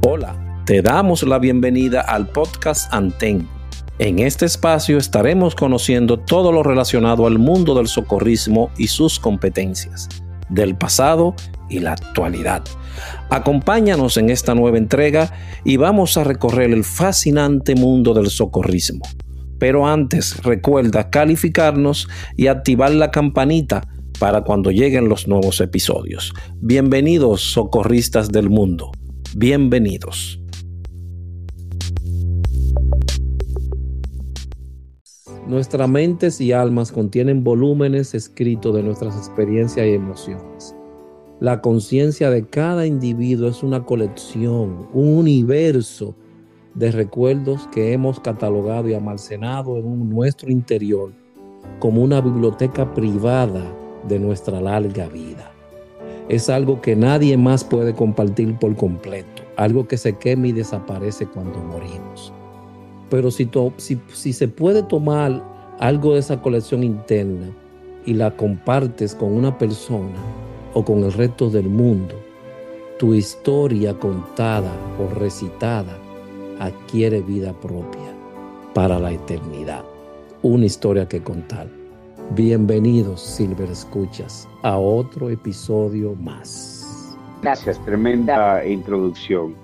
Hola, te damos la bienvenida al podcast Antén. En este espacio estaremos conociendo todo lo relacionado al mundo del socorrismo y sus competencias, del pasado y la actualidad. Acompáñanos en esta nueva entrega y vamos a recorrer el fascinante mundo del socorrismo. Pero antes, recuerda calificarnos y activar la campanita para cuando lleguen los nuevos episodios. Bienvenidos, socorristas del mundo. Bienvenidos. Nuestras mentes y almas contienen volúmenes escritos de nuestras experiencias y emociones. La conciencia de cada individuo es una colección, un universo de recuerdos que hemos catalogado y almacenado en nuestro interior como una biblioteca privada de nuestra larga vida. Es algo que nadie más puede compartir por completo, algo que se quema y desaparece cuando morimos. Pero si se puede tomar algo de esa colección interna y la compartes con una persona o con el resto del mundo, tu historia contada o recitada adquiere vida propia para la eternidad. Una historia que contar. Bienvenidos, Silver Escuchas, a otro episodio más. Gracias, tremenda introducción.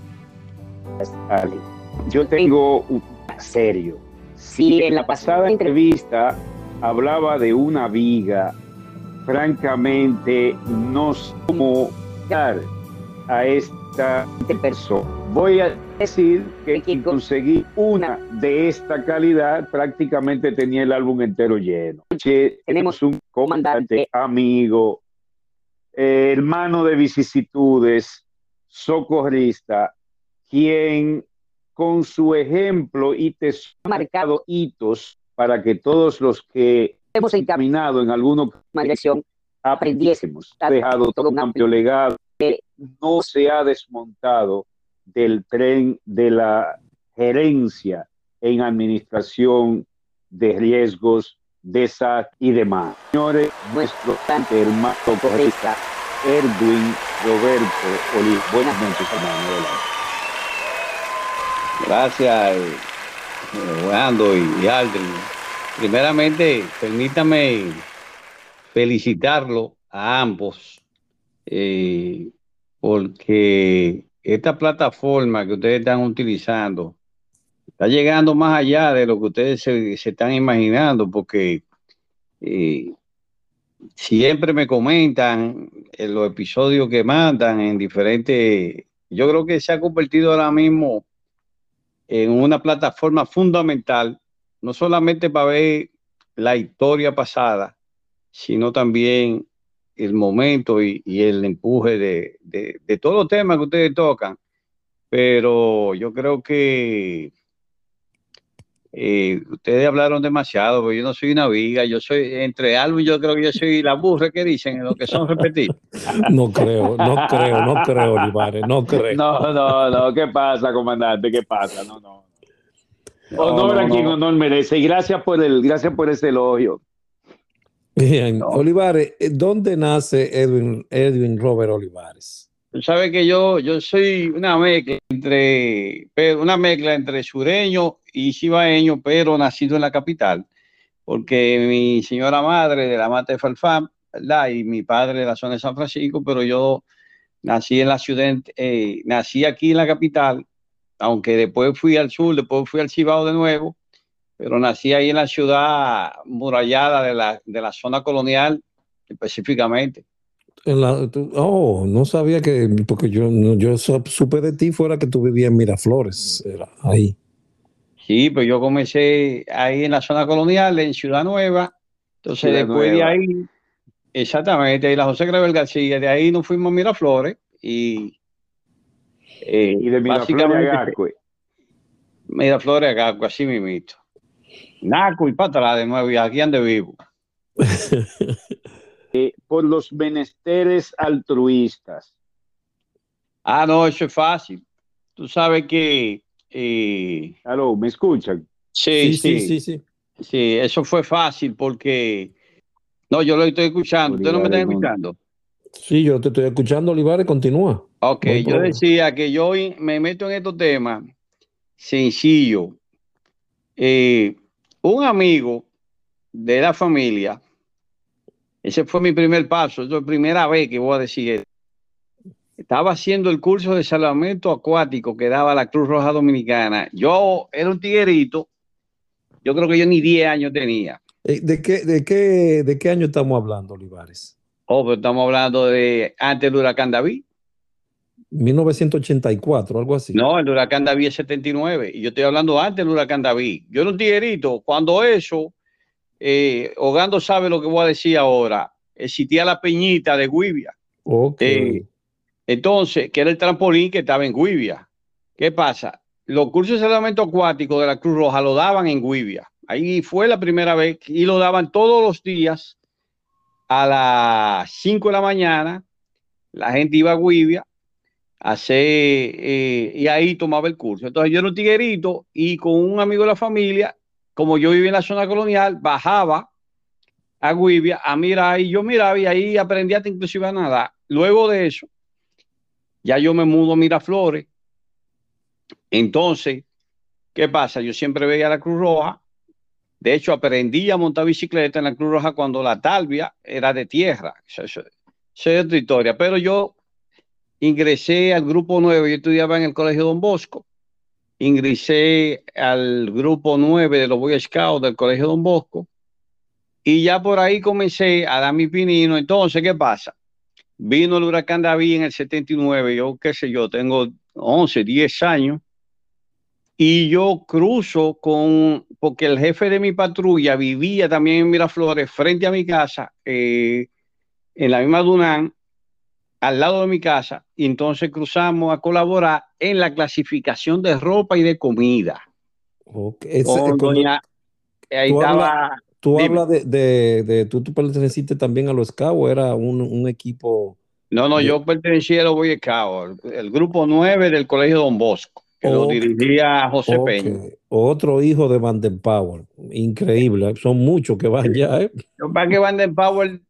Yo tengo un serio. Si en la pasada entrevista hablaba de una viga, francamente no sé cómo dar a esta persona. Voy a decir que quien conseguí una de esta calidad prácticamente tenía el álbum entero lleno. Tenemos un comandante, amigo, hermano de vicisitudes, socorrista, quien con su ejemplo y te ha marcado hitos para que todos los que hemos encaminado en alguna dirección aprendiésemos. Ha dejado todo un amplio legado que no se ha desmontado del tren de la gerencia en administración de riesgos, desastres y demás. Señores, nuestro hermano socorrista Edwin Roberto Olivares. Buenas noches, hermano. Gracias, Wando y Aldrin. Primeramente, permítame felicitarlo a ambos, porque esta plataforma que ustedes están utilizando está llegando más allá de lo que ustedes se están imaginando, porque siempre me comentan en los episodios que mandan en diferentes. Yo creo que se ha convertido ahora mismo en una plataforma fundamental, no solamente para ver la historia pasada, sino también el momento y el empuje de todos los temas que ustedes tocan. Pero yo creo que ustedes hablaron demasiado, porque yo no soy una viga, yo soy entre algo y yo creo que yo soy la burra que dicen, lo que son repetidos. No creo, Olivares, no creo. No, ¿qué pasa, comandante? ¿Qué pasa? No. Honor a quien honor merece, y gracias por ese elogio. Bien, Olivares, ¿dónde nace Edwin Robert Olivares? Tú sabes que yo soy una mezcla entre sureño y cibaeño, pero nacido en la capital, porque mi señora madre de la Mata de Farfán, ¿verdad? Y mi padre de la zona de San Francisco, pero yo nací en la ciudad, nací aquí en la capital, aunque después fui al sur, después fui al Cibao de nuevo, pero nací ahí en la ciudad murallada de la zona colonial específicamente. No sabía que, porque yo supe de ti fuera que tú vivías en Miraflores, era ahí. Sí, pues yo comencé ahí en la zona colonial, en Ciudad Nueva, entonces después de ahí, exactamente, ahí la José Grevel García, de ahí nos fuimos a Miraflores y de Miraflores a Gascue. Miraflores a Gascue, así mismito. Naco y para atrás de nuevo, y aquí ande vivo. Por los menesteres altruistas. No, eso es fácil. Tú sabes que... ¿Aló, me escuchan? Sí. Sí, eso fue fácil porque... No, yo lo estoy escuchando. ¿Usted no me está escuchando? Sí, yo te estoy escuchando, Olivares, continúa. Ok, Buen yo programa. decía que yo me meto en estos temas sencillo. Eh, un amigo de la familia, ese fue mi primer paso, es la primera vez que voy a decir esto. Estaba haciendo el curso de salvamento acuático que daba la Cruz Roja Dominicana. Yo era un tiguerito, yo creo que yo ni 10 años tenía. ¿De qué año estamos hablando, Olivares? Oh, pero estamos hablando de antes del huracán David. 1984, algo así. No, el huracán David es 79 y yo estoy hablando antes del huracán David. Yo era un tiguerito. Cuando eso, Hogando sabe lo que voy a decir ahora, existía la Peñita de Guivia. Ok, Eh, entonces, que era el trampolín que estaba en Guivia. ¿Qué pasa? Los cursos de salvamento acuático de la Cruz Roja lo daban en Guivia. Ahí fue la primera vez y lo daban todos los días a las 5 de la mañana. La gente iba a Guivia hacer, y ahí tomaba el curso. Entonces yo era un tiguerito y con un amigo de la familia, como yo vivía en la zona colonial, bajaba a Guivia a mirar y yo miraba y ahí aprendí hasta inclusive a nadar. Luego de eso, ya yo me mudo a Miraflores. Entonces, ¿qué pasa? Yo siempre veía la Cruz Roja. De hecho, aprendí a montar bicicleta en la Cruz Roja cuando la talvia era de tierra. Esa es otra historia. Pero yo ingresé al grupo 9, yo estudiaba en el Colegio Don Bosco. Ingresé al grupo 9 de los Boy Scouts del Colegio Don Bosco y ya por ahí comencé a dar mi pinino. Entonces, ¿qué pasa? Vino el huracán David en el 79, yo qué sé yo, tengo 11, 10 años y yo cruzo porque el jefe de mi patrulla vivía también en Miraflores, frente a mi casa, en la misma Dunán, al lado de mi casa, y entonces cruzamos a colaborar en la clasificación de ropa y de comida. ok. Con Cuando doña Ahí tú hablas, estaba, tú dime. hablas tú perteneciste también a los Scouts, o era un equipo No, no, de... yo pertenecía a los Boy Scouts, el grupo 9 del Colegio Don Bosco, que lo Ok, dirigía José ok. Peña. Otro hijo de Vanden Power. Increíble. Son muchos que van ya, ¿eh? Lo que pasa es que Baden Powell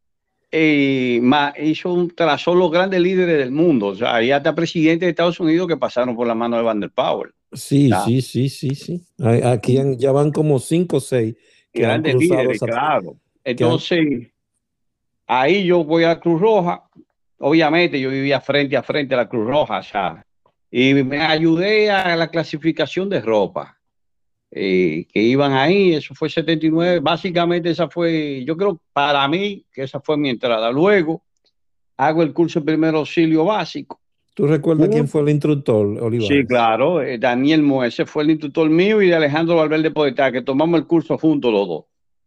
trazó los grandes líderes del mundo. O sea, hay hasta presidentes de Estados Unidos que pasaron por la mano de Van der Powell. Sí, Ya. sí, sí, sí, sí. Aquí ya van como 5 o 6 que han Grandes cruzado líderes, esa, claro. que han, Entonces, ahí yo voy a la Cruz Roja. Obviamente, yo vivía frente a frente a la Cruz Roja, o sea, y me ayudé a la clasificación de ropa. Que iban ahí, eso fue 79, básicamente esa fue, yo creo para mí que esa fue mi entrada. Luego hago el curso de primer auxilio básico. ¿Tú recuerdas quién fue el instructor, Sí, Olivares? claro, Daniel Moese fue el instructor mío y de Alejandro Valverde Podestá, que tomamos el curso juntos los dos.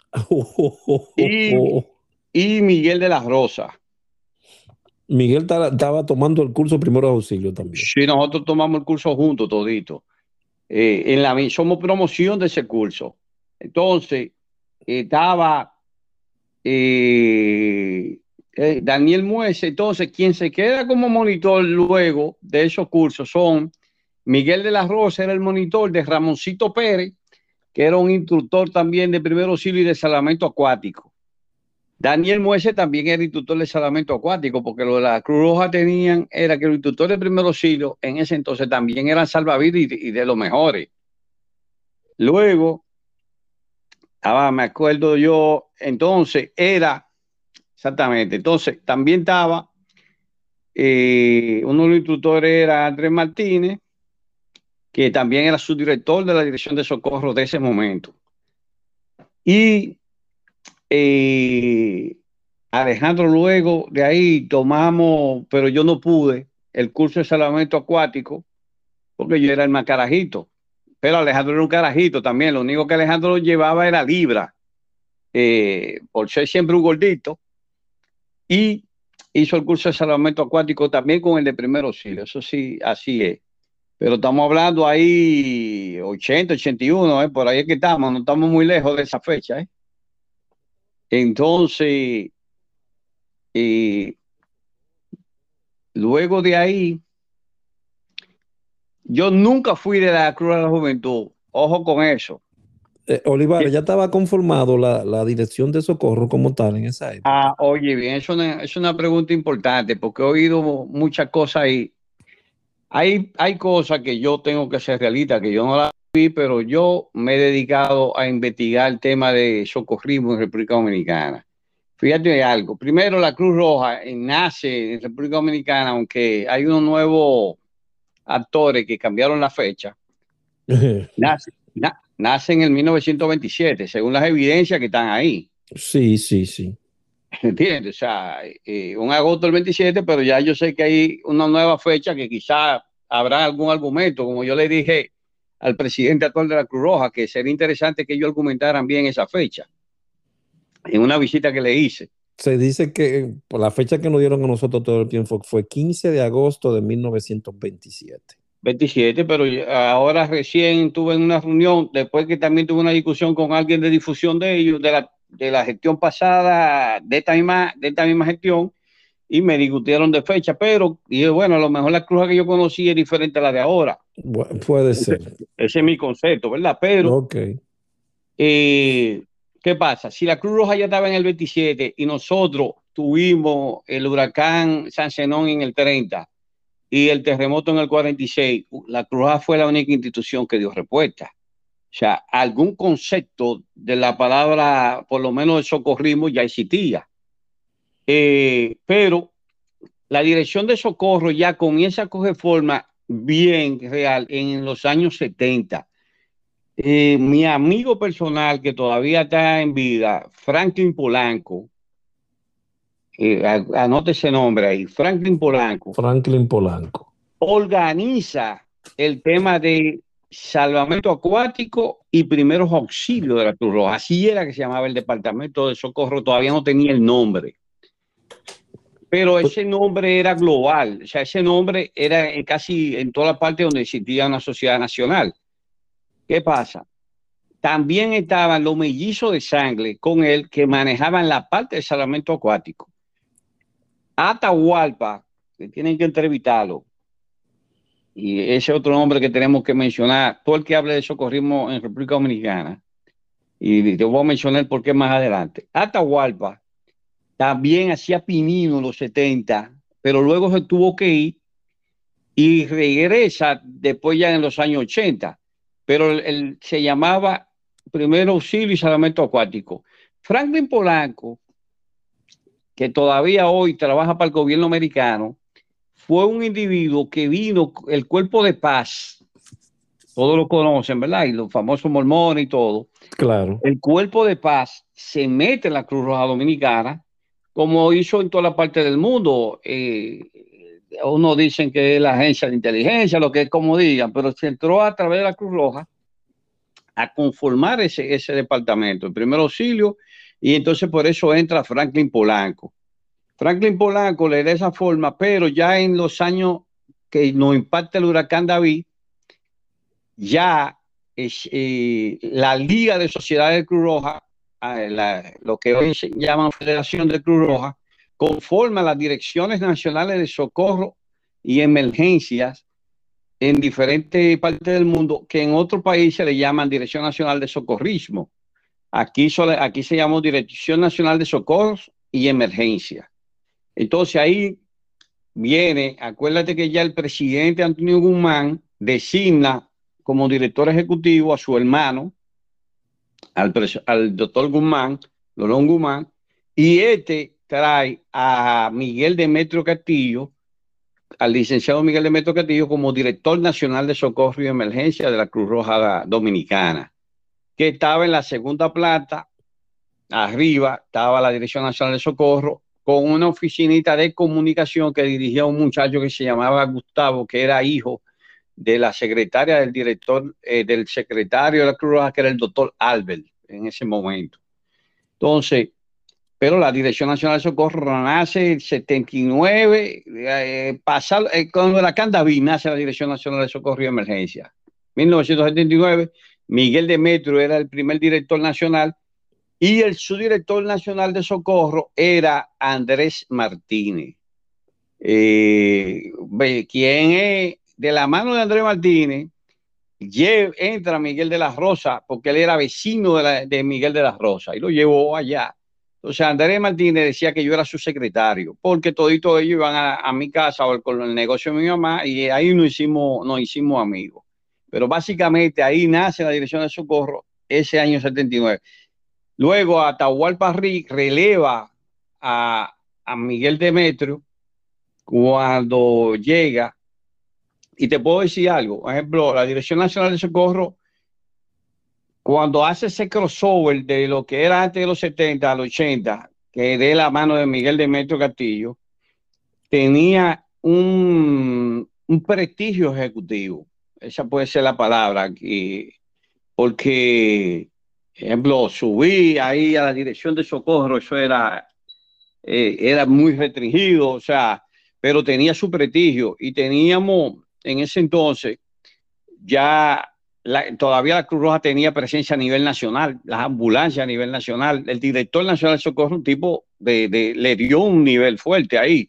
Y, y Miguel de las Rosas. Miguel estaba tomando el curso de primeros auxilios también. Sí, nosotros tomamos el curso juntos, todito. Somos promoción de ese curso. Entonces, estaba Daniel Muese. Entonces, quien se queda como monitor luego de esos cursos son Miguel de la Rosa, era el monitor de Ramoncito Pérez, que era un instructor también de primer auxilio y de salvamento acuático. Daniel Muese también era instructor de salvamento acuático, porque lo de la Cruz Roja tenían, era que los instructores de primer auxilio en ese entonces también eran salvavidas y de los mejores. Luego, me acuerdo yo, entonces era, exactamente, entonces también estaba, uno de los instructores era Andrés Martínez, que también era subdirector de la Dirección de Socorro de ese momento. Y eh, Alejandro luego de ahí tomamos, pero yo no pude, el curso de salvamento acuático, porque yo era el más carajito. Pero Alejandro era un carajito también, lo único que Alejandro llevaba era libra, por ser siempre un gordito, y hizo el curso de salvamento acuático también con el de primer auxilio, eso sí, así es. Pero estamos hablando ahí 80, 81, por ahí es que estamos, no estamos muy lejos de esa fecha. Entonces, eh, luego de ahí, yo nunca fui de la Cruz de la Juventud, ojo con eso. Olivares, ya estaba conformado la dirección de socorro como tal en esa época. Oye, bien, es una pregunta importante porque he oído muchas cosas y hay cosas que yo tengo que ser realista, que yo no las vi, pero yo me he dedicado a investigar el tema de socorrismo en República Dominicana. Fíjate de algo. Primero, la Cruz Roja nace en República Dominicana, aunque hay unos nuevos actores que cambiaron la fecha. Nace en el 1927, según las evidencias que están ahí. Sí, sí, sí. ¿Entiendes? O sea, un agosto del 27, pero ya yo sé que hay una nueva fecha que quizá habrá algún argumento, como yo le dije al presidente actual de la Cruz Roja, que sería interesante que ellos argumentaran bien esa fecha, en una visita que le hice. Se dice que por la fecha que nos dieron a nosotros todo el tiempo fue 15 de agosto de 1927. 27, pero ahora recién tuve una reunión, después que también tuve una discusión con alguien de difusión de ellos, de la gestión pasada, de esta misma gestión, y me discutieron de fecha, pero dije, bueno, a lo mejor la cruz que yo conocí es diferente a la de ahora. Bueno, puede ser. Ese es mi concepto, ¿verdad? Pero, Ok. ¿qué pasa? Si la Cruz Roja ya estaba en el 27 y nosotros tuvimos el huracán San Zenón en el 30 y el terremoto en el 46, la Cruz Roja fue la única institución que dio respuesta. O sea, algún concepto de la palabra, por lo menos de socorrismo, ya existía. Pero la dirección de socorro ya comienza a coger forma bien real en los años 70. Mi amigo personal que todavía está en vida, Franklin Polanco, anote ese nombre ahí, Franklin Polanco, Franklin Polanco. organiza el tema de salvamento acuático y primeros auxilios de la Cruz Roja. Así era que se llamaba el departamento de socorro, todavía no tenía el nombre. Pero ese nombre era global, o sea, ese nombre era casi en toda la parte donde existía una sociedad nacional. ¿Qué pasa? También estaban los mellizos de sangre con él que manejaban la parte del salvamento acuático. Atahualpa, que tienen que entrevistarlo, y ese otro nombre que tenemos que mencionar, todo el que hable de socorrismo en República Dominicana, y te voy a mencionar por qué más adelante. Atahualpa también hacía pinino en los 70, pero luego se tuvo que ir y regresa después ya en los años 80, pero él se llamaba Primero Auxilio y Salvamento Acuático. Franklin Polanco, que todavía hoy trabaja para el gobierno americano, fue un individuo que vino, el Cuerpo de Paz, todos lo conocen, ¿verdad? Y los famosos mormones y todo. Claro. El Cuerpo de Paz se mete en la Cruz Roja Dominicana, como hizo en toda la parte del mundo. Uno dicen que es la agencia de inteligencia, lo que es como digan, pero se entró a través de la Cruz Roja a conformar ese departamento, el primer auxilio, y entonces por eso entra Franklin Polanco. Franklin Polanco le da esa forma, pero ya en los años que nos impacta el huracán David, ya la Liga de Sociedades de Cruz Roja, lo que hoy se llaman Federación de Cruz Roja, conforma las direcciones nacionales de socorro y emergencias en diferentes partes del mundo, que en otros países le llaman Dirección Nacional de Socorrismo. Aquí se llama Dirección Nacional de Socorros y Emergencia. Entonces ahí viene, acuérdate que ya el presidente Antonio Guzmán designa como director ejecutivo a su hermano, al doctor Guzmán, Lorón Guzmán, y trae a Miguel Demetrio Castillo, al licenciado Miguel Demetrio Castillo, como director nacional de socorro y emergencia de la Cruz Roja Dominicana, que estaba en la segunda planta, arriba estaba la Dirección Nacional de Socorro, con una oficinita de comunicación que dirigía un muchacho que se llamaba Gustavo, que era hijo de la secretaria del director, del secretario de la Cruz Roja, que era el doctor Albert en ese momento. Entonces, pero la Dirección Nacional de Socorro nace en el 79, con el huracán David nace la Dirección Nacional de Socorro y Emergencia. 1979, Miguel Demetrio era el primer director nacional y el subdirector nacional de socorro era Andrés Martínez. Quien es de la mano de Andrés Martínez, entra Miguel de la Rosa, porque él era vecino de Miguel de la Rosa, y lo llevó allá. Entonces Andrés Martínez decía que yo era su secretario, porque toditos ellos iban a mi casa o con el negocio de mi mamá, y ahí nos hicimos amigos. Pero básicamente ahí nace la Dirección de Socorro ese año 79. Luego Atahualpa Rick releva a Miguel Demetrio cuando llega. Y te puedo decir algo, por ejemplo, la Dirección Nacional de Socorro, cuando hace ese crossover de lo que era antes de los 70 al 80, que de la mano de Miguel Demetrio Castillo, tenía un prestigio ejecutivo. Esa puede ser la palabra aquí, porque, por ejemplo, subí ahí a la Dirección de Socorro, eso era muy restringido, o sea, pero tenía su prestigio, y teníamos en ese entonces ya todavía la Cruz Roja tenía presencia a nivel nacional, las ambulancias a nivel nacional. El director nacional de Socorro, un tipo le dio un nivel fuerte ahí.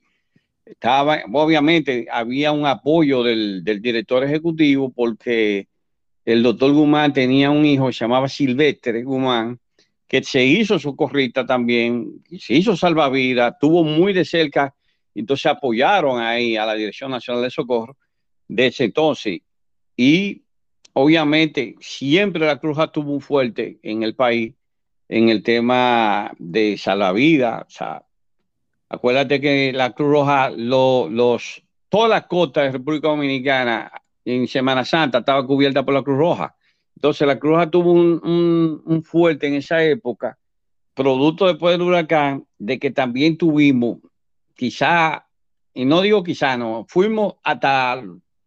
Obviamente había un apoyo del director ejecutivo, porque el doctor Guzmán tenía un hijo que se llamaba Silvestre Guzmán, que se hizo socorrista también, se hizo salvavidas, tuvo muy de cerca, entonces apoyaron ahí a la Dirección Nacional de Socorro de ese entonces. Y obviamente siempre la Cruz Roja tuvo un fuerte en el país en el tema de salvavidas. O sea, acuérdate que la Cruz Roja, todas las costas de República Dominicana en Semana Santa estaba cubierta por la Cruz Roja. Entonces la Cruz Roja tuvo un fuerte en esa época, producto después del huracán, de que también tuvimos, quizá, y no digo quizá, no, fuimos hasta,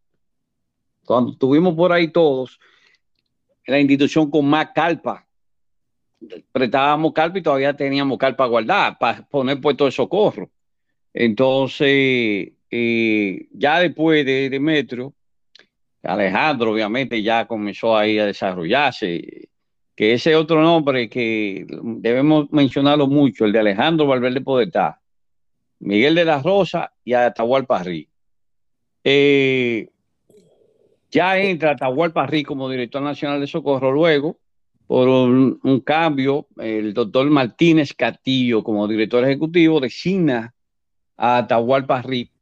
cuando estuvimos por ahí todos, la institución con más carpa. Prestábamos carpa y todavía teníamos carpa guardada para poner puesto de socorro. Entonces, ya después de Metro, Alejandro obviamente ya comenzó ahí a desarrollarse, que ese otro nombre que debemos mencionarlo mucho, el de Alejandro Valverde Podestá, Miguel de la Rosa y Atahualpa Rick. Ya entra Atahualpa Rick como director nacional de Socorro. Luego, por un cambio, el doctor Martínez Castillo, como director ejecutivo, designa a Atahualpa Rick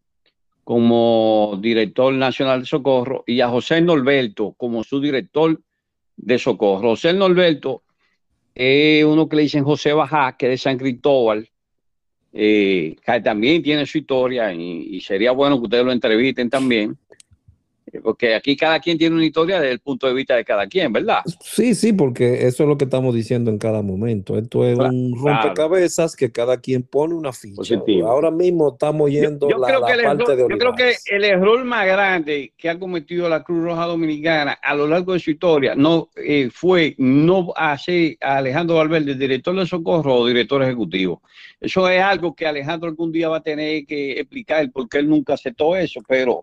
como director nacional de Socorro y a José Norberto como su director de Socorro. José Norberto es uno que le dicen José Bajá, que es de San Cristóbal, que también tiene su historia, y sería bueno que ustedes lo entrevisten también, porque aquí cada quien tiene una historia desde el punto de vista de cada quien, ¿verdad? Sí, sí, porque eso es lo que estamos diciendo en cada momento. Esto es un rompecabezas que cada quien pone una ficha. Positivo. Ahora mismo estamos yendo yo creo la parte de Yo creo que el error más grande que ha cometido la Cruz Roja Dominicana a lo largo de su historia fue no hacer a Alejandro Valverde director de Socorro o director ejecutivo. Eso es algo que Alejandro algún día va a tener que explicar, porque él nunca aceptó eso, pero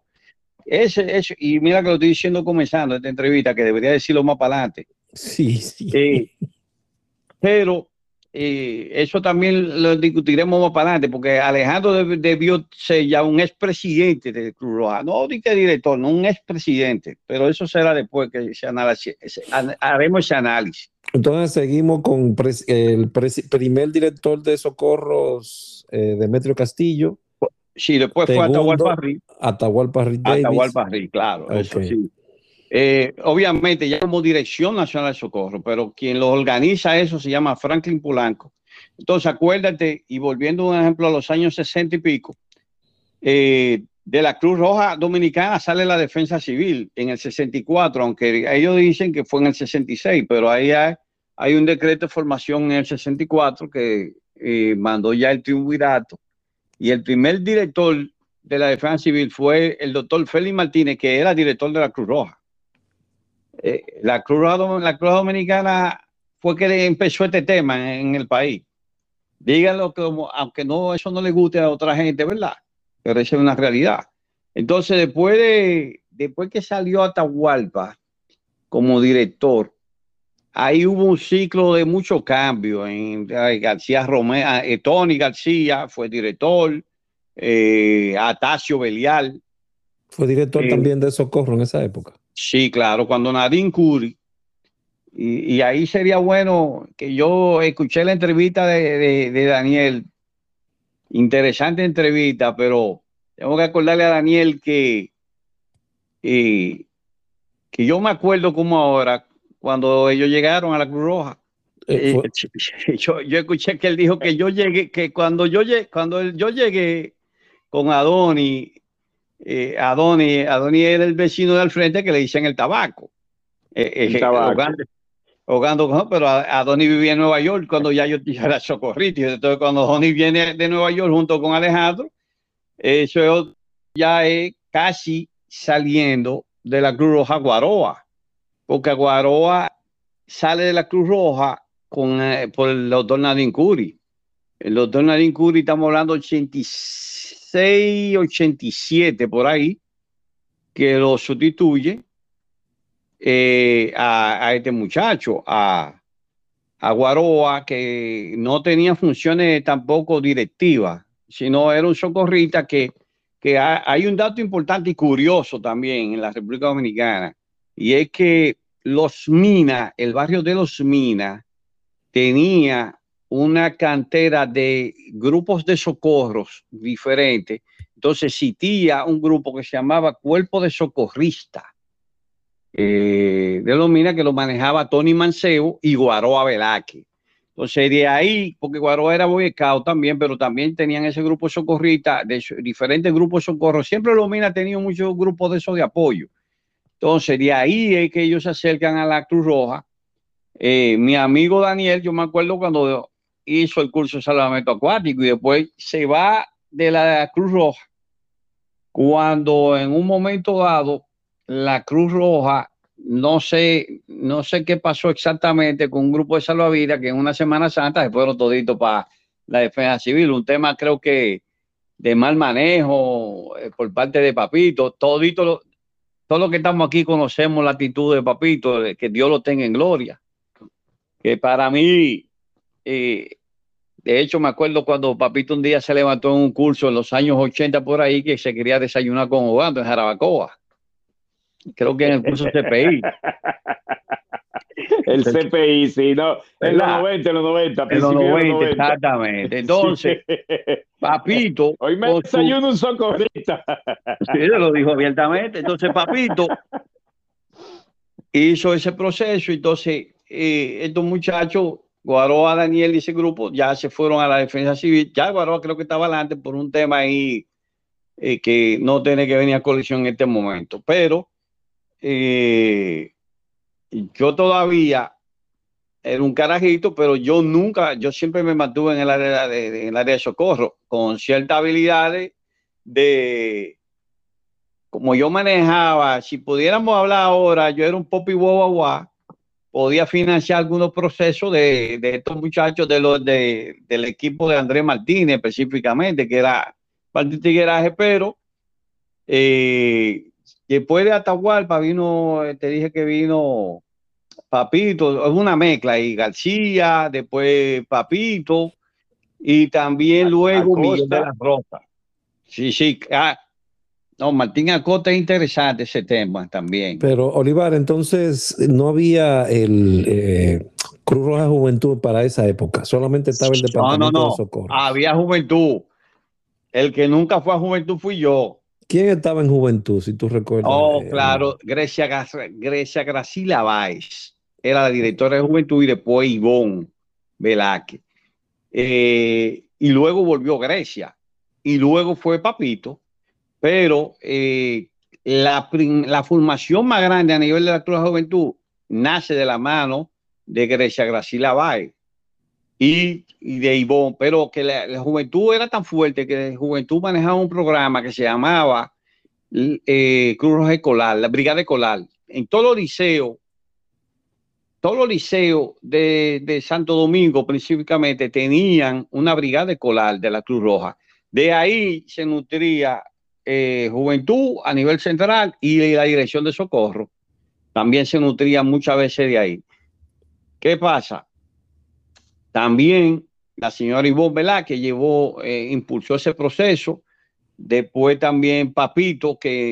y mira que lo estoy diciendo comenzando esta entrevista, que debería decirlo más para adelante. Sí, sí. Pero eso también lo discutiremos más para adelante, porque Alejandro debió ser ya un expresidente de Cruz Roja, no de director, no un expresidente, pero eso será después que haremos ese análisis. Entonces seguimos con el primer director de Socorros, Demetrio Castillo. Sí, después fue Atahualpa Rick. Atahualpa Rick Davis. Atahualpa Rick, claro, okay. Eso sí. Obviamente ya como Dirección Nacional de Socorro, pero quien lo organiza eso se llama Franklin Polanco. Entonces acuérdate, y volviendo un ejemplo a los años 60 y pico, de la Cruz Roja Dominicana sale la Defensa Civil en el 64, aunque ellos dicen que fue en el 66, pero ahí hay un decreto de formación en el 64 que mandó ya el triunvirato, y el primer director de la Defensa Civil fue el doctor Félix Martínez, que era director de la Cruz Roja. La Cruz Roja Dominicana fue que empezó este tema en el país. Díganlo, aunque eso no le guste a otra gente, ¿verdad? Pero esa es una realidad. Entonces, después que salió Atahualpa como director, ahí hubo un ciclo de mucho cambio. García Romero, Tony García fue director, Atacio Belial. Fue director también de Socorro en esa época. Sí, claro, cuando Nadine Curry, y ahí sería bueno que yo escuché la entrevista de Daniel, interesante entrevista, pero tengo que acordarle a Daniel eh, que yo me acuerdo como ahora, cuando ellos llegaron a la Cruz Roja. Fue, Yo escuché que él dijo que yo llegué, que yo llegué con Adoni, Adoni era el vecino del frente que le dicen el tabaco. el tabaco. Hogando, no, pero Adoni vivía en Nueva York cuando ya yo era socorrito. Entonces, cuando Adoni viene de Nueva York junto con Alejandro, eso ya es casi saliendo de la Cruz Roja Guaroa, porque Guaroa sale de la Cruz Roja por el doctor Nadine Curry. El doctor Nadine Curry, estamos hablando 86, 87, por ahí, que lo sustituye a este muchacho, a Guaroa, que no tenía funciones tampoco directivas, sino era un socorrista que hay un dato importante y curioso también en la República Dominicana, y es que Los Minas, el barrio de Los Minas, tenía una cantera de grupos de socorros diferentes. Entonces existía un grupo que se llamaba Cuerpo de Socorristas de Los Minas, que lo manejaba Tony Mancebo y Guaroa Velázquez. Entonces de ahí, porque Guaroa era Boy Scout también, pero también tenían ese grupo socorrista, de diferentes grupos de socorro. Siempre Los Minas ha tenido muchos grupos de esos de apoyo. Entonces de ahí es que ellos se acercan a la Cruz Roja. Mi amigo Daniel, yo me acuerdo cuando hizo el curso de salvamento acuático y después se va de la Cruz Roja, cuando en un momento dado la Cruz Roja, no sé qué pasó exactamente con un grupo de salvavidas que en una Semana Santa se fueron toditos para la defensa civil, un tema creo que de mal manejo por parte de Papito, todos los que estamos aquí conocemos la actitud de Papito, que Dios lo tenga en gloria, que para mí, de hecho me acuerdo cuando Papito un día se levantó en un curso en los años 80 por ahí, que se quería desayunar con Ogando en Jarabacoa, creo que en el curso CPI. El CPI, sí, no, en los 90, En los principios de los 90. exactamente. Entonces, Sí. Papito, Hoy me desayuno un socorrista. Sí, lo dijo abiertamente. Entonces, Papito hizo ese proceso. Entonces, estos muchachos, Guaroa, Daniel y ese grupo, ya se fueron a la defensa civil. Ya Guaroa creo que estaba adelante por un tema ahí que no tiene que venir a colisión en este momento. Pero yo todavía era un carajito, pero yo siempre me mantuve en el área en el área de socorro, con ciertas habilidades de, como yo manejaba, si pudiéramos hablar ahora, yo era un popi guagua, podía financiar algunos procesos de estos muchachos del equipo de Andrés Martínez específicamente, que era parte de tigueraje, pero después de Atahualpa vino, te dije que vino Papito, es una mezcla, y García, después Papito, y también luego Miguel de Acosta. la Rosa. Sí, sí. No, Martín Acosta es interesante ese tema también. Pero Olivar, entonces no había el Cruz Roja Juventud para esa época, solamente estaba el Departamento de Socorro. Había Juventud. El que nunca fue a Juventud fui yo. ¿Quién estaba en Juventud, si tú recuerdas? Oh, claro, Grecia Gracila Báez era la directora de Juventud y después Ivonne Velázquez. Y luego volvió Grecia y luego fue Papito, pero la formación más grande a nivel de la Cruz de Juventud nace de la mano de Grecia Gracila Báez y de Ivonne, pero que la Juventud era tan fuerte que la Juventud manejaba un programa que se llamaba Cruz Roja Escolar, la Brigada Escolar, en todos los liceos de Santo Domingo específicamente tenían una brigada escolar de la Cruz Roja. De ahí se nutría Juventud a nivel central y la Dirección de Socorro también se nutría muchas veces de ahí. ¿Qué pasa? También la señora Ivonne Velázquez impulsó ese proceso. Después también Papito, que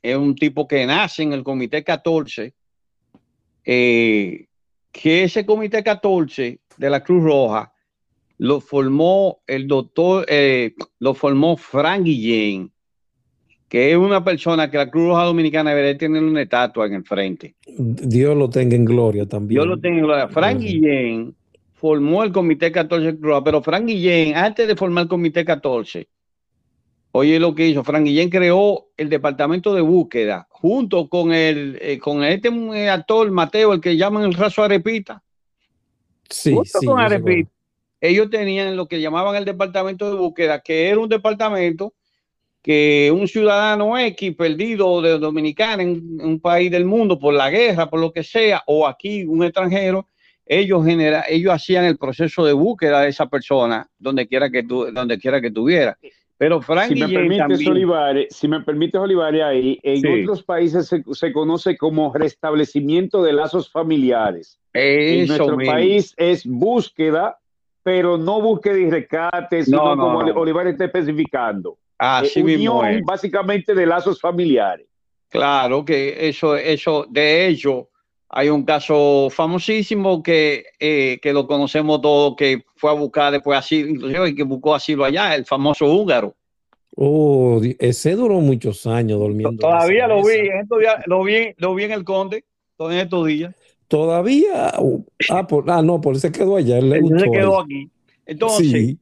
es un tipo que nace en el Comité 14, que ese Comité 14 de la Cruz Roja lo formó el doctor, lo formó Frank Guillén, que es una persona que la Cruz Roja Dominicana debería tener una estatua en el frente. Dios lo tenga en gloria también. Yo lo tengo en gloria. Frank Guillén formó el Comité 14 Cruz Roja, pero Frank Guillén, antes de formar el Comité 14, oye lo que hizo, Frank Guillén creó el departamento de búsqueda junto con este actor Mateo, el que llaman el Razo Arepita. Sí, junto sí, con yo sé Arepita, ellos tenían lo que llamaban el departamento de búsqueda, que era un departamento que un ciudadano X perdido de dominicano en un país del mundo por la guerra, por lo que sea, o aquí un extranjero, ellos hacían el proceso de búsqueda de esa persona donde quiera que tuviera. Pero Frank Guillén también. Si me permites, Olivares, ahí en otros países se conoce como restablecimiento de lazos familiares. En nuestro país es búsqueda, pero no búsqueda y rescate, sino como Olivares está especificando. Unión básicamente de lazos familiares. Claro que eso, de hecho, hay un caso famosísimo que lo conocemos todos, que fue a buscar después asilo, inclusive que buscó asilo allá, el famoso húngaro. Oh, ese duró muchos años durmiendo. Todavía lo vi en el Conde, todos estos días. Todavía, no, por eso se quedó allá. Él se quedó aquí. Entonces, sí.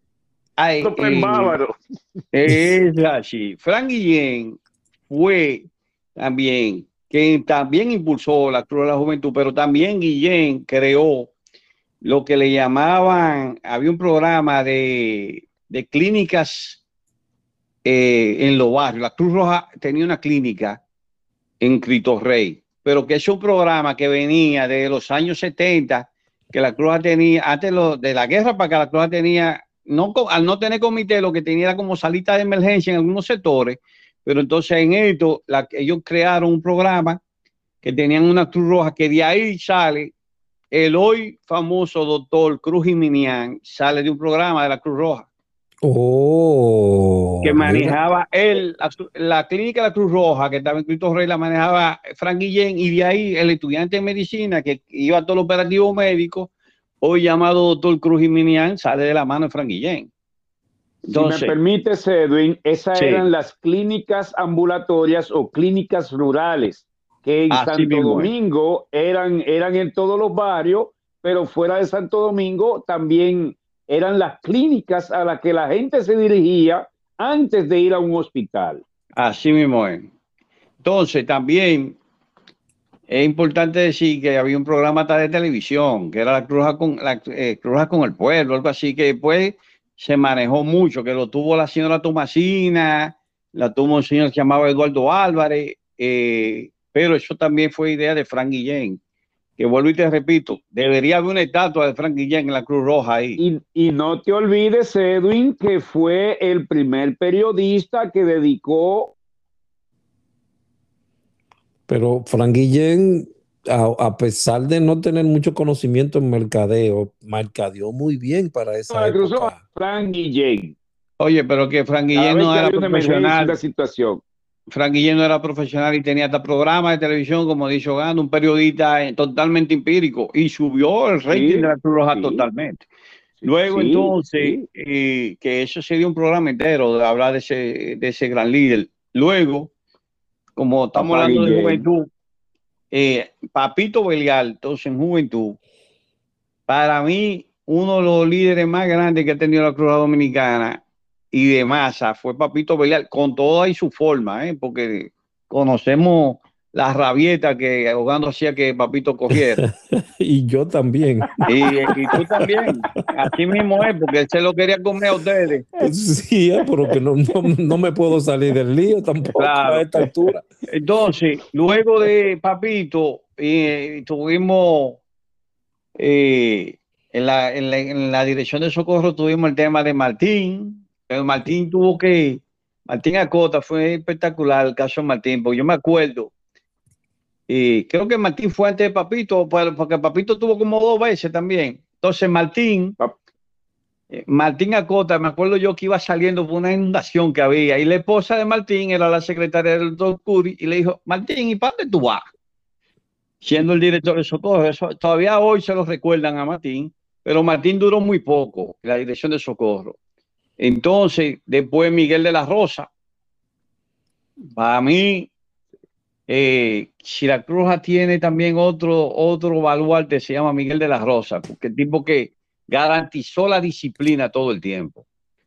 Es así. Frank Guillén fue también quien también impulsó la Cruz de la Juventud, pero también Guillén creó lo que le llamaban, había un programa de clínicas en los barrios. La Cruz Roja tenía una clínica en Cristo Rey, pero que es un programa que venía de los años 70, que la Cruz Roja tenía, antes de la guerra para que la Cruz Roja tenía, al no tener comité, lo que tenía era como salita de emergencia en algunos sectores, pero entonces en esto ellos crearon un programa que tenían una Cruz Roja, que de ahí sale el hoy famoso doctor Cruz Jiminián, sale de un programa de la Cruz Roja. Que manejaba la clínica de la Cruz Roja, que estaba en Cristo Rey, la manejaba Frank Guillén, y de ahí el estudiante de medicina que iba a todo el operativo médico, hoy llamado doctor Cruz Jiminián, sale de la mano de Frank Guillén. Entonces, si me permites, Edwin, esas eran las clínicas ambulatorias o clínicas rurales, que en Santo Domingo eran en todos los barrios, pero fuera de Santo Domingo también eran las clínicas a las que la gente se dirigía antes de ir a un hospital. Así mismo es. Entonces, también es importante decir que había un programa de televisión, que era la Cruz Roja con el Pueblo, algo así, que después se manejó mucho, que lo tuvo la señora Tomasina, la tuvo un señor que se llamaba Eduardo Álvarez, pero eso también fue idea de Frank Guillén, que vuelvo y te repito, debería haber una estatua de Frank Guillén en la Cruz Roja ahí. Y no te olvides, Edwin, que fue el primer periodista que dedicó. Pero Frank Guillén, a pesar de no tener mucho conocimiento en mercadeo, mercadeó muy bien para esa época. Frank Guillén. Oye, pero que Frank Guillén no era profesional. Una situación. Frank Guillén no era profesional y tenía hasta programa de televisión, como dice Ogando, un periodista totalmente empírico, y subió el rating de la Cruz Roja totalmente. Luego, entonces, que eso sería un programa entero de hablar de ese gran líder. Luego, como estamos hablando de juventud, Papito Belial, entonces en juventud, para mí, uno de los líderes más grandes que ha tenido la Cruz Roja Dominicana y de masa fue Papito Belial, con toda y su forma, porque conocemos la rabieta que Ogando hacía que Papito cogiera. Y yo también. Y tú también. Así mismo es, porque él se lo quería comer a ustedes. Sí, pero que no me puedo salir del lío tampoco, claro, a esta altura. Entonces, luego de Papito, tuvimos en la dirección de socorro, tuvimos el tema de Martín. Pero Martín Martín Acota, fue espectacular el caso de Martín, porque yo me acuerdo, creo que Martín fue antes de Papito, porque Papito tuvo como 2 veces también. Entonces Martín Martín Acosta, me acuerdo yo que iba saliendo por una inundación que había y la esposa de Martín era la secretaria del doctor Curi y le dijo, Martín, ¿y para dónde tú vas? Siendo el director de Socorro, eso, todavía hoy se lo recuerdan a Martín, pero Martín duró muy poco en la dirección de Socorro. Entonces, después Miguel de la Rosa, para mí, si la Cruz Roja tiene también otro baluarte, se llama Miguel de la Rosa, porque el tipo que garantizó la disciplina todo el tiempo.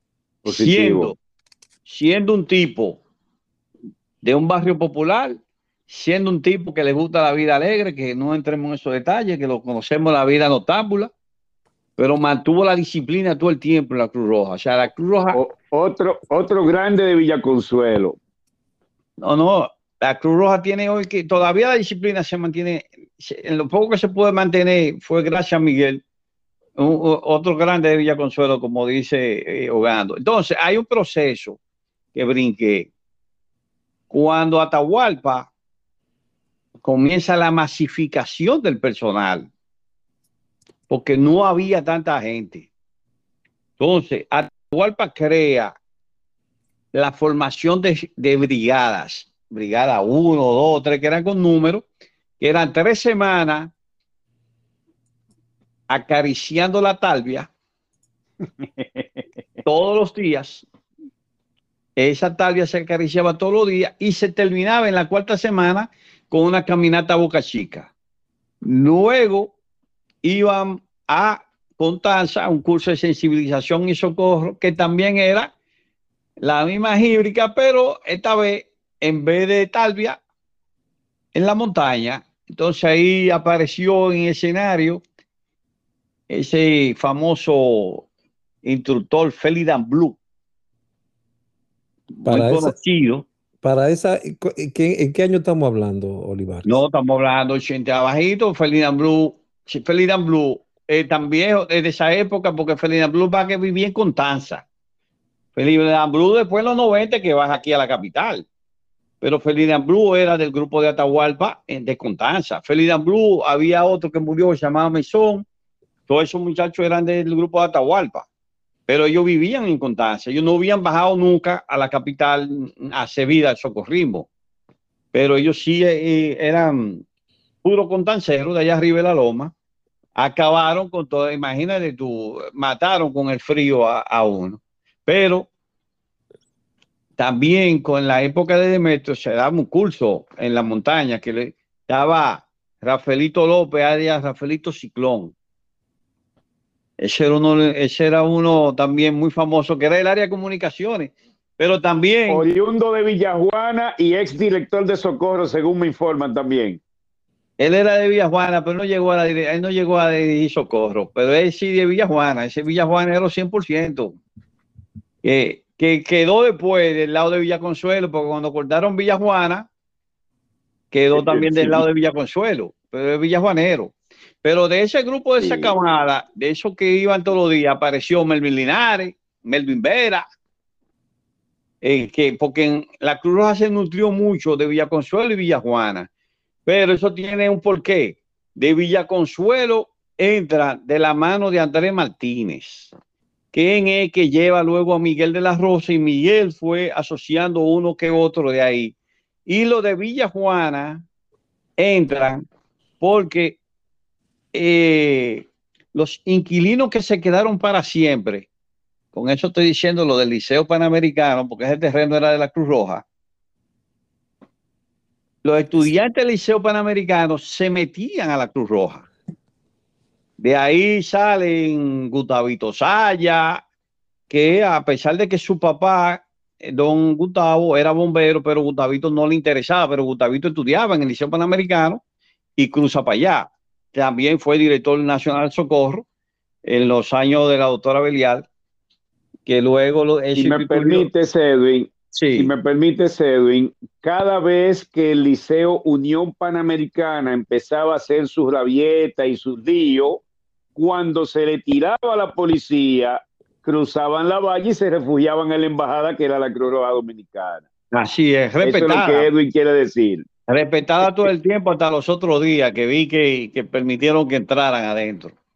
Siendo un tipo de un barrio popular, siendo un tipo que le gusta la vida alegre, que no entremos en esos detalles, que lo conocemos la vida noctámbula, pero mantuvo la disciplina todo el tiempo en la Cruz Roja. O sea, la Cruz Roja... Otro grande de Villaconsuelo. No, la Cruz Roja tiene hoy que todavía la disciplina se mantiene, en lo poco que se puede mantener fue gracias a Miguel, otro grande de Villaconsuelo, como dice Ogando. Entonces, hay un proceso que brinqué. Cuando Atahualpa comienza la masificación del personal, porque no había tanta gente. Entonces, Atahualpa crea la formación de brigadas, brigada 1, 2, 3, que eran con números, que eran 3 semanas acariciando la talvia todos los días. Esa talvia se acariciaba todos los días y se terminaba en la 4ª semana con una caminata a Boca Chica. Luego iban a Constanza, un curso de sensibilización y socorro, que también era la misma híbrica, pero esta vez, en vez de talvia, en la montaña. Entonces ahí apareció en el escenario ese famoso instructor Felidan Blue, muy conocido. ¿En qué año estamos hablando, Olivares? No, estamos hablando 80 abajito. Felidan Blue tan viejo desde esa época, porque Felidan Blue va que vivía en Constanza. Felidan Blue después en los 90 que vas aquí a la capital. Pero Felidan Blue era del grupo de Atahualpa de Constanza. Felidan Blue, había otro que murió, se llamaba Mesón. Todos esos muchachos eran del grupo de Atahualpa. Pero ellos vivían en Constanza. Ellos no habían bajado nunca a la capital a hacer vida al socorrismo. Pero ellos sí eran puro constanceros de allá arriba de la loma. Acabaron con todo. Imagínate tú, mataron con el frío a uno. Pero también con la época de Demetrio se daba un curso en la montaña que le daba Rafaelito López, alias Rafaelito Ciclón. Ese era uno también muy famoso, que era el área de comunicaciones, pero también... Oriundo de Villajuana y ex director de Socorro, según me informan también. Él era de Villajuana, pero él no llegó a dirigir Socorro, pero él sí de Villajuana. Ese Villajuanero 100%. Que quedó después del lado de Villaconsuelo, porque cuando cortaron Villajuana, quedó también del lado de Villaconsuelo, pero es villajuanero. Pero de ese grupo de esa camada, de esos que iban todos los días, apareció Melvin Linares, Melvin Vera, porque en la Cruz Roja se nutrió mucho de Villaconsuelo y Villajuana, pero eso tiene un porqué. De Villaconsuelo entra de la mano de Andrés Martínez, quien es que lleva luego a Miguel de la Rosa, y Miguel fue asociando uno que otro de ahí. Y los de Villajuana entran porque los inquilinos que se quedaron para siempre, con eso estoy diciendo lo del Liceo Panamericano, porque ese terreno era de la Cruz Roja, los estudiantes del Liceo Panamericano se metían a la Cruz Roja. De ahí salen Gustavito Saya, que a pesar de que su papá, don Gustavo, era bombero, pero Gustavito no le interesaba, pero Gustavito estudiaba en el Liceo Panamericano y cruza para allá. También fue director nacional de Socorro en los años de la doctora Belial, que luego... Si me permites, Edwin, sí. Si me permites, Edwin, cada vez que el Liceo Unión Panamericana empezaba a hacer sus rabietas y sus líos, cuando se le tiraba a la policía, cruzaban la valla y se refugiaban en la embajada, que era la Cruz Roja Dominicana. Así es, respetada. Eso es lo que Edwin quiere decir. Respetada todo el tiempo, hasta los otros días que vi que permitieron que entraran adentro.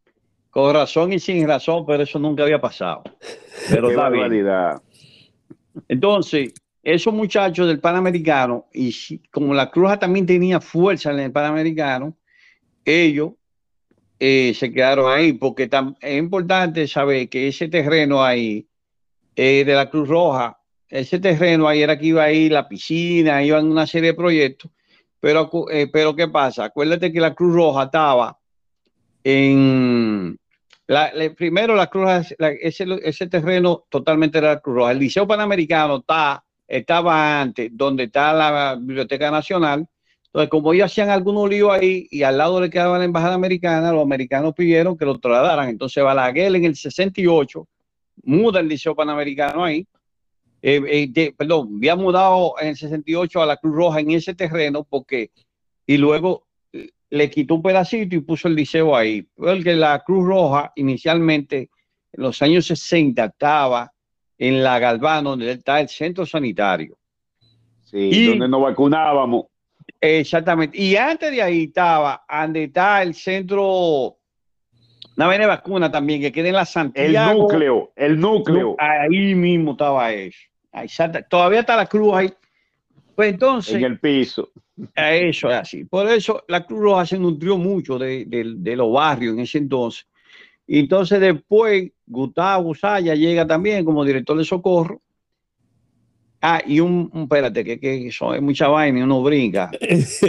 Con razón y sin razón, pero eso nunca había pasado. Pero Qué está bien. barbaridad. Entonces, esos muchachos del Panamericano, y como la Cruz Roja también tenía fuerza en el Panamericano, ellos se quedaron ahí, porque es importante saber que ese terreno ahí de la Cruz Roja, ese terreno ahí era que iba a ir la piscina, iban una serie de proyectos, pero ¿qué pasa? Acuérdate que la Cruz Roja estaba en... primero la Cruz Roja, ese terreno totalmente era la Cruz Roja. El Liceo Panamericano estaba antes, donde está la Biblioteca Nacional. Entonces, como ellos hacían algunos líos ahí y al lado le quedaba la embajada americana, los americanos pidieron que lo trasladaran. Entonces, Balaguer en el 68 muda el Liceo Panamericano ahí. Perdón, había mudado en el 68 a la Cruz Roja en ese terreno y luego le quitó un pedacito y puso el liceo ahí. Porque la Cruz Roja inicialmente en los años 60 estaba en la Galván, donde está el centro sanitario. Sí, donde nos vacunábamos. Exactamente. Y antes de ahí estaba, donde está el centro, una vaina de vacuna también, que queda en la Santiago. El núcleo. Ahí mismo estaba eso. Todavía está la cruz ahí. Pues entonces. En el piso. Eso es así. Por eso la Cruz Roja se nutrió mucho de los barrios en ese entonces. Y entonces después Gustavo Saya llega también como director de socorro. Y espérate, que eso es mucha vaina y uno brinca. es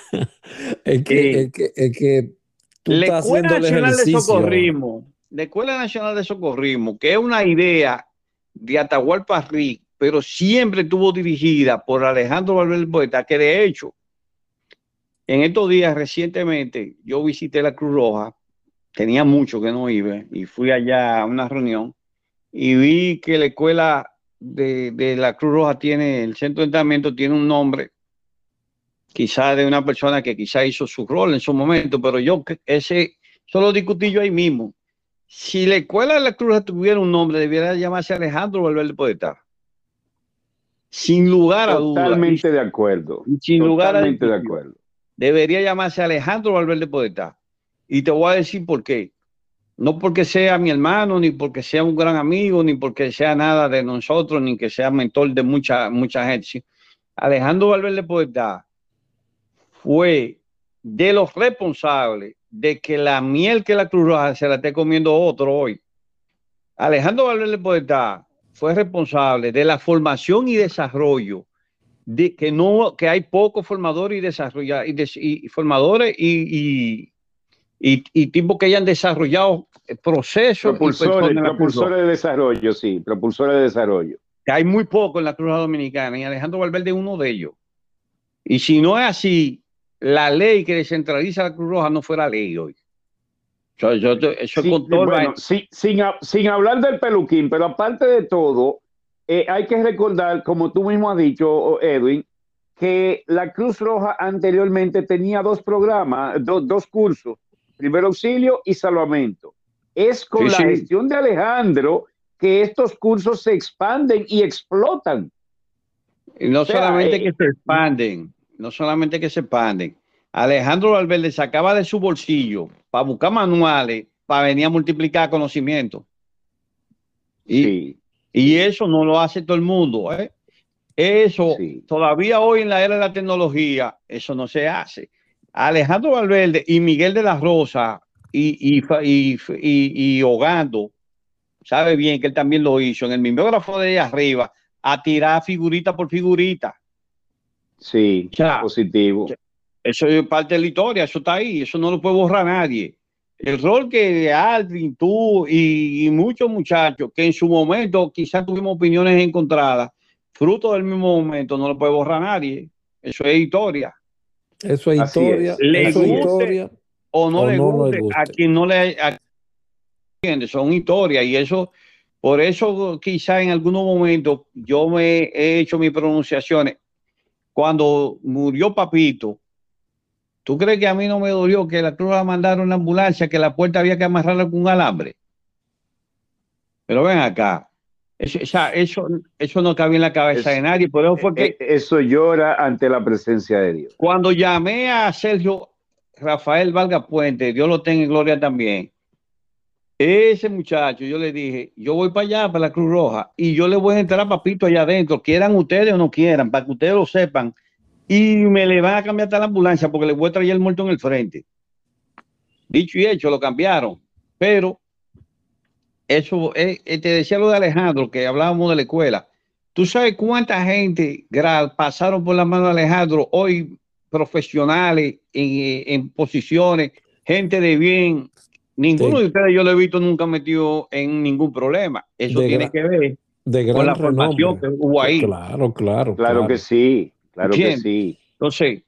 que tú la estás Escuela haciendo el Nacional de ejercicio. Socorrismo, la Escuela Nacional de Socorrismo, que es una idea de Atahualpa Rick, pero siempre estuvo dirigida por Alejandro Valverde Poeta, que de hecho, en estos días recientemente, yo visité la Cruz Roja, tenía mucho que no iba, y fui allá a una reunión, y vi que la escuela de la Cruz Roja tiene, el centro de entrenamiento tiene un nombre, quizá de una persona que quizá hizo su rol en su momento, pero eso lo discutí yo ahí mismo. Si la escuela de la Cruz Roja tuviera un nombre, debiera llamarse Alejandro Valverde Poeta. Sin lugar a dudas. Totalmente de acuerdo. Sin lugar a Totalmente de acuerdo. Debería llamarse Alejandro Valverde Poeta. Y te voy a decir por qué. No porque sea mi hermano, ni porque sea un gran amigo, ni porque sea nada de nosotros, ni que sea mentor de mucha gente. Alejandro Valverde Poeta fue de los responsables de que la miel que la Cruz Roja se la esté comiendo otro hoy. Alejandro Valverde Poeta fue responsable de la formación y desarrollo de que hay pocos formadores y desarrolladores y formadores y tipos que hayan desarrollado procesos propulsores de desarrollo, sí, propulsores de desarrollo. Que hay muy poco en la Cruz Roja Dominicana y Alejandro Valverde es uno de ellos. Y si no es así, la ley que descentraliza la Cruz Roja no fuera ley hoy. Sin hablar del peluquín, pero aparte de todo, hay que recordar, como tú mismo has dicho, Edwin, que la Cruz Roja anteriormente tenía dos programas, dos cursos, primer auxilio y salvamento. Es con la gestión de Alejandro que estos cursos se expanden y explotan. Y no solamente que se expanden, Alejandro Valverde sacaba de su bolsillo para buscar manuales, para venir a multiplicar conocimiento. Y eso no lo hace todo el mundo, ¿eh? Eso, todavía hoy en la era de la tecnología, eso no se hace. Alejandro Valverde y Miguel de la Rosa y Ogando, sabe bien que él también lo hizo en el mimeógrafo de arriba, a tirar figurita por figurita. Sí, positivo. Eso es parte de la historia, eso está ahí, eso no lo puede borrar nadie. El rol que Aldrin, tú y muchos muchachos que en su momento quizás tuvimos opiniones encontradas, fruto del mismo momento, no lo puede borrar nadie. Eso es historia. Eso es historia. Le guste o no le guste, a quien no le entiende, son historias y eso, por eso quizá en algunos momentos yo me he hecho mis pronunciaciones. Cuando murió Papito, ¿tú crees que a mí no me dolió que la Cruz Roja mandara una ambulancia que la puerta había que amarrarla con un alambre? Pero ven acá, eso no cabía en la cabeza de nadie, por eso fue que... Eso llora ante la presencia de Dios. Cuando llamé a Sergio Rafael Valga Puente, Dios lo tenga en gloria también, Ese muchacho, yo le dije, yo voy para allá, para la Cruz Roja, y yo le voy a entrar a Papito allá adentro, quieran ustedes o no quieran, para que ustedes lo sepan. Y me le van a cambiar hasta la ambulancia porque le voy a traer el muerto en el frente. Dicho y hecho, lo cambiaron. Pero eso, te decía lo de Alejandro, que hablábamos de la escuela. ¿Tú sabes cuánta gente pasaron por la mano de Alejandro hoy, profesionales en posiciones, gente de bien? Ninguno De, de ustedes yo lo he visto nunca metido en ningún problema. Eso de, tiene gra- que ver de con gran la formación renombre. que hubo ahí. Claro, claro, Claro que claro. sí, claro que ¿Entiendes? sí. Entonces,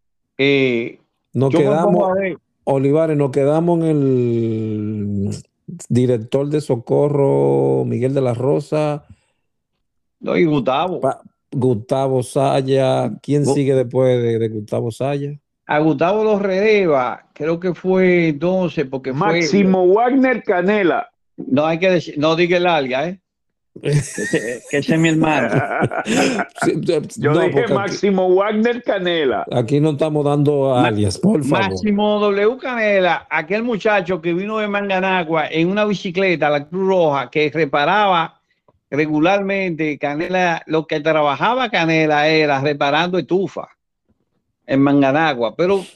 Nos yo me pongo quedamos, a ver. Olivares, nos quedamos en el director de Socorro, Miguel de la Rosa, No, y Gustavo. Gustavo Saya. ¿Quién Gu- sigue después de Gustavo Saya? A Gustavo lo releva, creo que fue entonces, porque fue. Máximo Wagner Canela. No hay que decir, no diga el alga, ¿eh? Que ese es mi hermano. Sí, Yo no, dije porque aquí, Máximo Wagner Canela. aquí no estamos dando Ma- alias, por favor. Máximo W. Canela, aquel muchacho que vino de Manganagua en una bicicleta, la Cruz Roja, que reparaba regularmente. Canela, lo que trabajaba Canela era reparando estufa en Manganagua. Pero,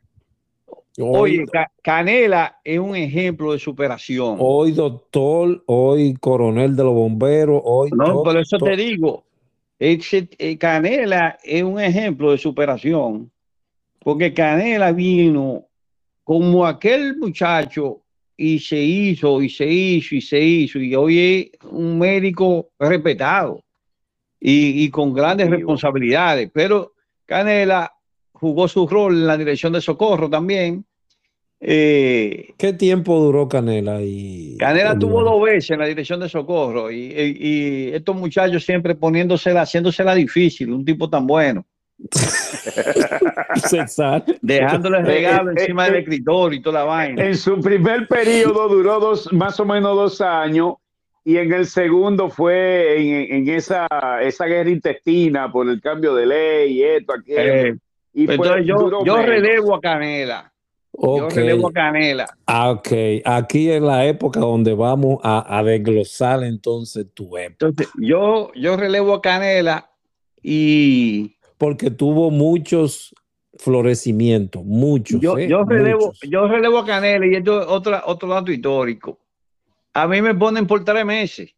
Hoy, oye, Canela es un ejemplo de superación. hoy doctor, hoy coronel de los bomberos, hoy No, por todo. eso te digo, Canela es un ejemplo de superación, porque Canela vino como aquel muchacho y se hizo, y se hizo, y se hizo, y hoy es un médico respetado y con grandes responsabilidades. Pero Canela jugó su rol en la dirección de Socorro también. ¿Qué tiempo duró Canela Canela tuvo Olivares? 2 veces en la dirección de Socorro y estos muchachos siempre haciéndosela difícil, un tipo tan bueno, Exacto. dejándole regalo encima del Eh, escritorio y toda la vaina. en su primer periodo duró más o menos 2 años y en el segundo fue en esa guerra intestina por el cambio de ley y esto, aquello. Y Entonces duró yo menos. relevo a Canela. Yo Ok. relevo a Canela. Ok. Aquí es la época donde vamos a desglosar entonces tu época. Entonces yo relevo a Canela y Porque tuvo muchos florecimientos, muchos, muchos. yo relevo a Canela y esto es otro dato histórico. A mí me ponen por 3 meses.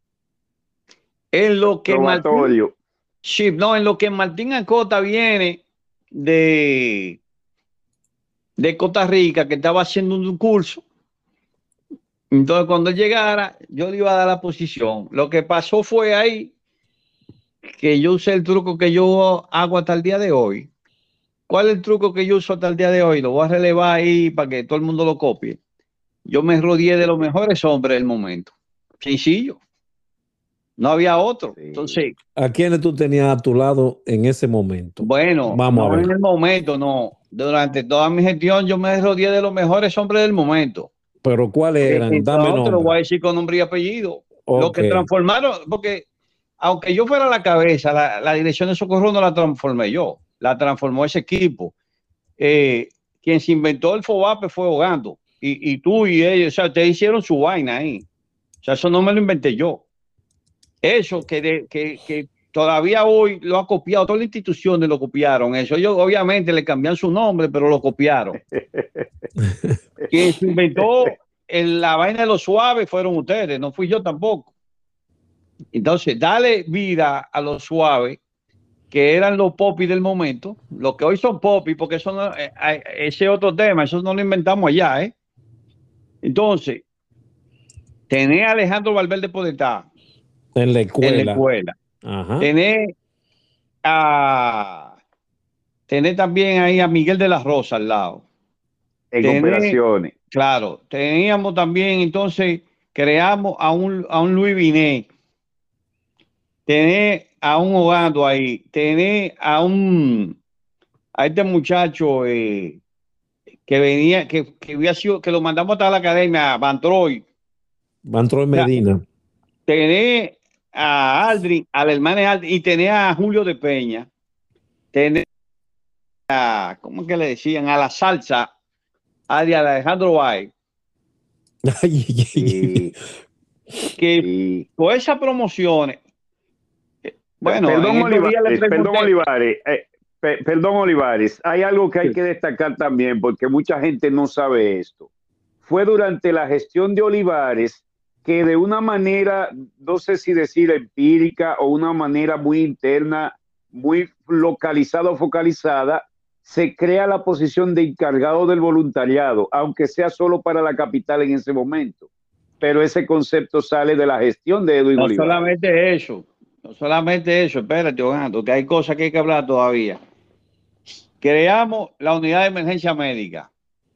En lo que Martín, Probatorio. sí, no, en lo que Martín Acota viene de, de Costa Rica, que estaba haciendo un curso. Entonces, cuando él llegara, yo le iba a dar la posición. Lo que pasó fue ahí que yo usé el truco que yo hago hasta el día de hoy. ¿Cuál es el truco que yo uso hasta el día de hoy? Lo voy a relevar ahí para que todo el mundo lo copie. Yo me rodeé de los mejores hombres del momento. Sencillo. No había otro. Sí. Entonces, ¿A quiénes tú tenías a tu lado en ese momento? bueno, Vamos a no ver. en el momento, no. Durante toda mi gestión yo me rodeé de los mejores hombres del momento. Pero ¿cuáles eran? Dame Entonces, te lo voy a nombre. decir con nombre y apellido. Lo Ok. que transformaron, porque aunque yo fuera la cabeza, la dirección de Socorro no la transformé yo, la transformó ese equipo. Quien se inventó el FOBAPE fue Ogando. Y tú y ellos, o sea, ustedes hicieron su vaina ahí. O sea, eso no me lo inventé yo. Eso que todavía hoy lo ha copiado, todas las instituciones lo copiaron. Eso ellos obviamente le cambian su nombre, pero lo copiaron. Quien se inventó la vaina de los suaves fueron ustedes, no fui yo tampoco. Entonces, dale vida a los suaves, que eran los popis del momento, los que hoy son popis, porque eso no, ese es otro tema, eso no lo inventamos allá, ¿eh? Entonces, tenés a Alejandro Valverde Podestá En la en la escuela. escuela. Ajá. Tenés también ahí a Miguel de la Rosa al lado. En operaciones. Claro, teníamos también, entonces, creamos a un Luis Binet. Tenés a un Ogando ahí. Tenés a este muchacho que venía, que había sido, que lo mandamos hasta la academia, Van Troy. Van Troy Medina. Tenés a Aldrin, al hermano Aldrin, y tenés a Julio de Peña. Tenés ¿cómo que le decían? A la salsa, a Alejandro Bay. Sí, Que sí. por esas promociones, bueno, en Perdón, estos días le Olivares, pregunté. perdón, Olivares. Hay algo que hay que destacar también, porque mucha gente no sabe esto. Fue durante la gestión de Olivares que de una manera, no sé si decir empírica o una manera muy interna, muy localizada o focalizada, se crea la posición de encargado del voluntariado, aunque sea solo para la capital en ese momento. Pero ese concepto sale de la gestión de Edwin No Olivares. solamente eso, no solamente eso, espérate, Ogando, que hay cosas que hay que hablar todavía. Creamos la unidad de emergencia médica.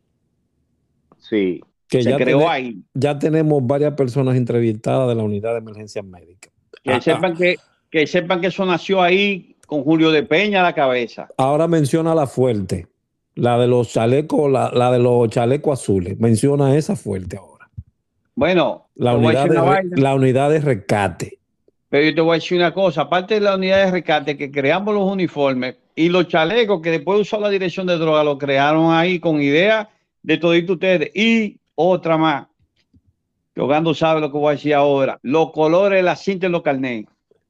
Sí. Que Se creó ahí. ya tenemos varias personas entrevistadas de la unidad de emergencia médica. Que sepan que eso nació ahí con Julio de Peña a la cabeza. Ahora menciona la fuerte, la de los chalecos, la de los chalecos azules. Menciona esa fuerte ahora. Bueno, La te voy a decir una vaina. la unidad de rescate. Pero yo te voy a decir una cosa, aparte de la unidad de rescate que creamos los uniformes y los chalecos que después usó la dirección de droga, lo crearon ahí con idea de todito ustedes. Y otra más, que Ogando sabe lo que voy a decir ahora, los colores de la cinta en los carnets.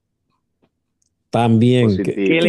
También. Que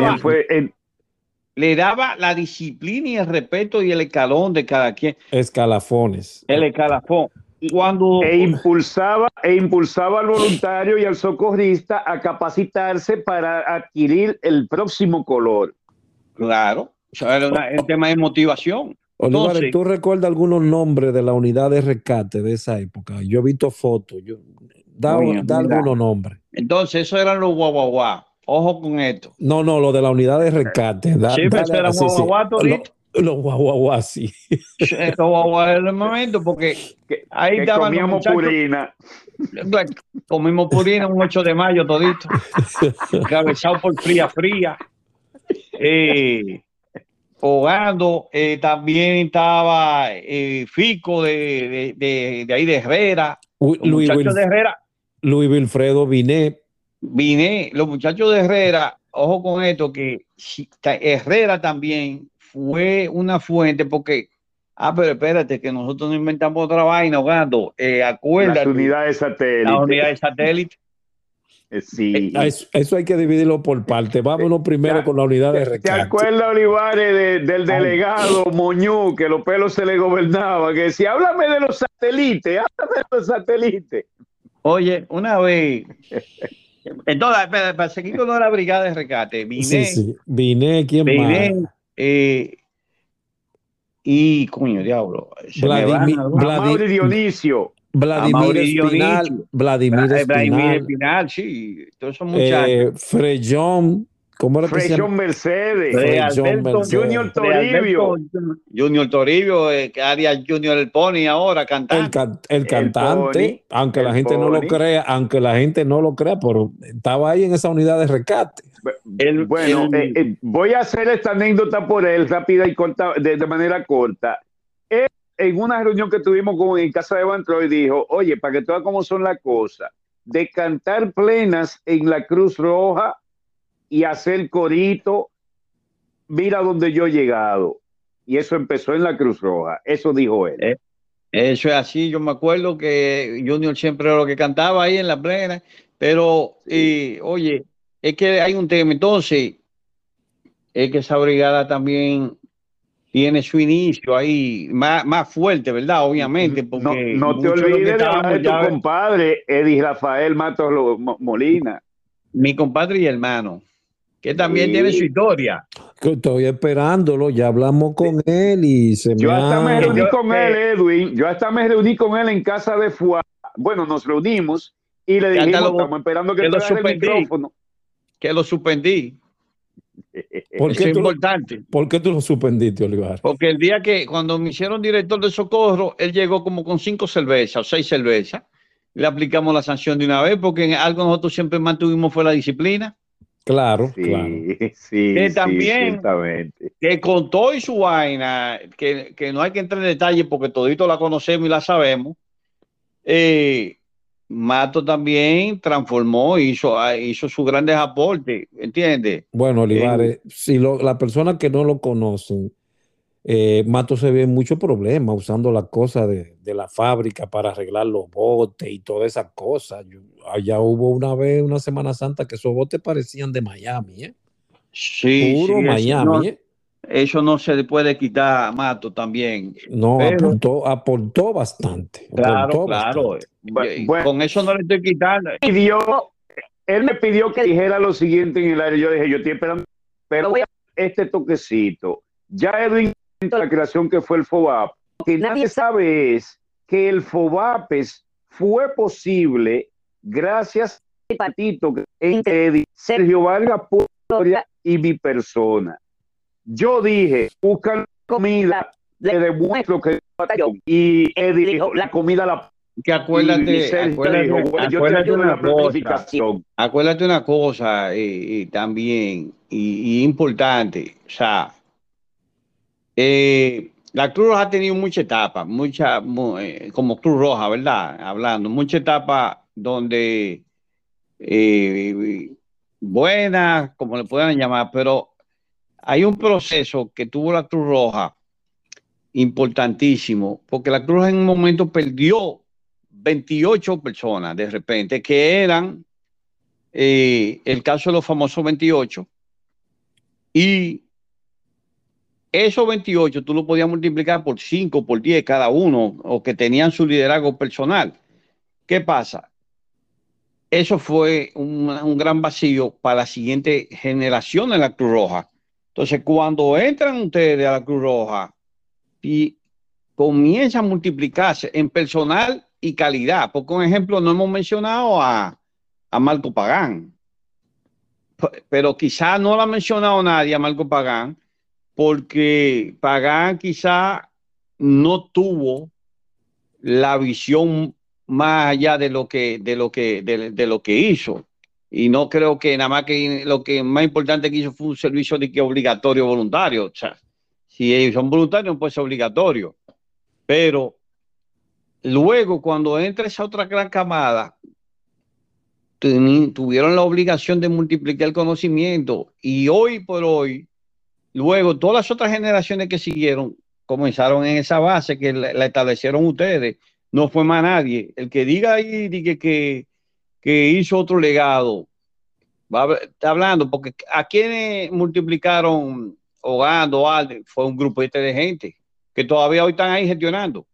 le daba la disciplina y el respeto y el escalón de cada quien. Escalafones. El escalafón. Impulsaba al voluntario y al socorrista a capacitarse para adquirir el próximo color. Claro, o sea, era un tema de motivación. Olivares, Entonces, ¿tú recuerdas algunos nombres de la unidad de rescate de esa época? Yo he visto fotos. Da algunos nombres. Entonces, eso eran los guaguaguá. Ojo con esto. No, lo de la unidad de rescate. Sí, pero eso era guaguaguá todito. Los guaguaguá, sí. Los guaguaguá en el momento, porque ahí estaban comíamos purina. Comimos purina un 8 de mayo todito. Cabezado por fría. Ogando, también estaba Fico de ahí de Herrera. Luis de Herrera. Luis Wilfredo Binet. Los muchachos de Herrera, ojo con esto, que Herrera también fue una fuente, porque, pero espérate, que nosotros no inventamos otra vaina, Ogando. Acuérdate. Las unidades satélite. Las unidades satélite. Sí. Eso hay que dividirlo por parte. Vámonos primero con la unidad de rescate. ¿Te acuerdas, Olivares, del delegado Moñú, que los pelos se le gobernaba, que decía, háblame de los satélites? Oye, una vez, entonces, para seguir con la brigada de rescate, Binet, ¿quién más? Y coño, diablo, Amaury Dionisio. Vladimir Espinal, sí, todos esos muchachos. Frejón, ¿cómo era que se llama? Mercedes. Junior Toribio. Junior Toribio, alias Junior el Pony ahora, cantante. El cantante, Pony, aunque la gente no lo crea, pero estaba ahí en esa unidad de rescate. Voy a hacer esta anécdota por él, rápida y corta, de manera corta. Él, en una reunión que tuvimos en casa de Van Troy, dijo, oye, para que tú veas cómo son las cosas, de cantar plenas en la Cruz Roja y hacer corito, mira donde yo he llegado. Y eso empezó en la Cruz Roja, eso dijo él. Eso es así, yo me acuerdo que Junior siempre era lo que cantaba ahí en la plena, pero oye, es que hay un tema, entonces, es que esa brigada también tiene su inicio ahí más fuerte, ¿verdad? Obviamente, porque no te olvides de hablar de tu compadre, Eddie Rafael Matos Molina. Mi compadre y hermano, que también tiene su historia. Estoy esperándolo, ya hablamos con él y Yo hasta me reuní con él, Edwin, en casa de Fuá. Bueno, nos reunimos y le dijimos, estamos esperando que traiga el micrófono. Que lo suspendí. Eso es importante. ¿Por qué tú lo suspendiste, Olivares? Porque el día cuando me hicieron director de socorro, él llegó como con 5 cervezas o 6 cervezas. Le aplicamos la sanción de una vez, porque en algo nosotros siempre mantuvimos fue la disciplina. Claro, sí, también, que con todo y su vaina, que no hay que entrar en detalle porque todito la conocemos y la sabemos. Mato también transformó, hizo sus grandes aportes, ¿entiendes? Bueno, Olivares, si las personas que no lo conocen, Mato se ve mucho problema usando las cosas de la fábrica para arreglar los botes y todas esas cosas. Allá hubo una vez, una Semana Santa, que esos botes parecían de Miami, ¿eh? Sí, sí, Puro Miami, ¿eh? eso no se le puede quitar a Mato también. No, Pero, aportó bastante, claro, aportó claro. bastante. Bueno, Con eso no le estoy quitando. él me pidió que dijera lo siguiente en el aire. Yo dije, yo estoy esperando, pero voy a este toquecito. Ya Edwin la creación que fue el FOBAP. Lo que nadie sabe es que el FOBAPES fue posible gracias al patito entre Sergio Vargas Puria y mi persona. Yo dije, buscan comida, le demuestro que y Eddie dijo, la comida la Que acuérdate, acuérdate una cosa y también y importante, o sea, la Cruz Roja ha tenido mucha etapa, como Cruz Roja, ¿verdad? Hablando, mucha etapa donde buenas, como le puedan llamar, pero hay un proceso que tuvo la Cruz Roja importantísimo, porque la Cruz Roja en un momento perdió 28 personas de repente, que eran el caso de los famosos 28, y esos 28 tú lo podías multiplicar por 5, por 10 cada uno, o que tenían su liderazgo personal. ¿Qué pasa? Eso fue un gran vacío para la siguiente generación de la Cruz Roja. Entonces, cuando entran ustedes a la Cruz Roja y comienza a multiplicarse en personal y calidad, porque, por ejemplo, no hemos mencionado a Marco Pagán, pero quizá no lo ha mencionado nadie a Marco Pagán, porque Pagán quizá no tuvo la visión más allá de lo que hizo. Y no creo que nada más que lo que más importante que hizo fue un servicio de que obligatorio voluntario. O sea, si ellos son voluntarios, no puede ser obligatorio. Pero luego, cuando entra esa otra gran camada, tuvieron la obligación de multiplicar el conocimiento. Y hoy por hoy, luego todas las otras generaciones que siguieron comenzaron en esa base que la establecieron ustedes. No fue más nadie. El que diga ahí que hizo otro legado, está hablando, porque a quienes multiplicaron Hogando, Alde, fue un grupo de gente que todavía hoy están ahí gestionando.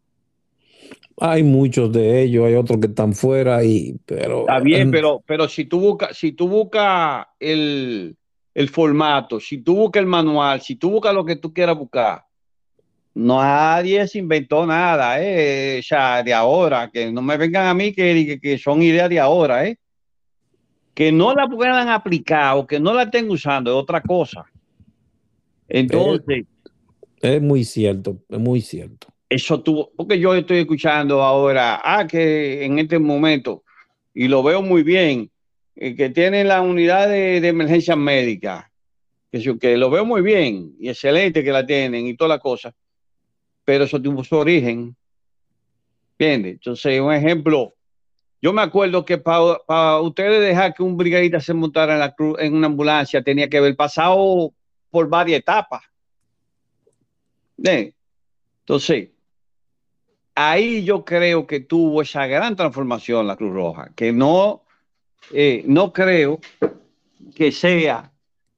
Hay muchos de ellos, hay otros que están fuera, Está bien, pero si tú buscas el formato, si tú buscas el manual, si tú buscas lo que tú quieras buscar, nadie se inventó nada, ya de ahora, que no me vengan a mí que son ideas de ahora, que no la puedan aplicar o que no la estén usando es otra cosa. Entonces, es muy cierto, es muy cierto. eso tuvo, porque yo estoy escuchando ahora, que en este momento, y lo veo muy bien, que tienen la unidad de emergencia médica, que lo veo muy bien y excelente que la tienen y toda la cosa, pero eso tuvo su origen, ¿entiendes? Entonces, un ejemplo, yo me acuerdo que para ustedes dejar que un brigadista se montara en, en una ambulancia tenía que haber pasado por varias etapas. ¿Entiendes? Entonces, ahí yo creo que tuvo esa gran transformación la Cruz Roja, que no creo que sea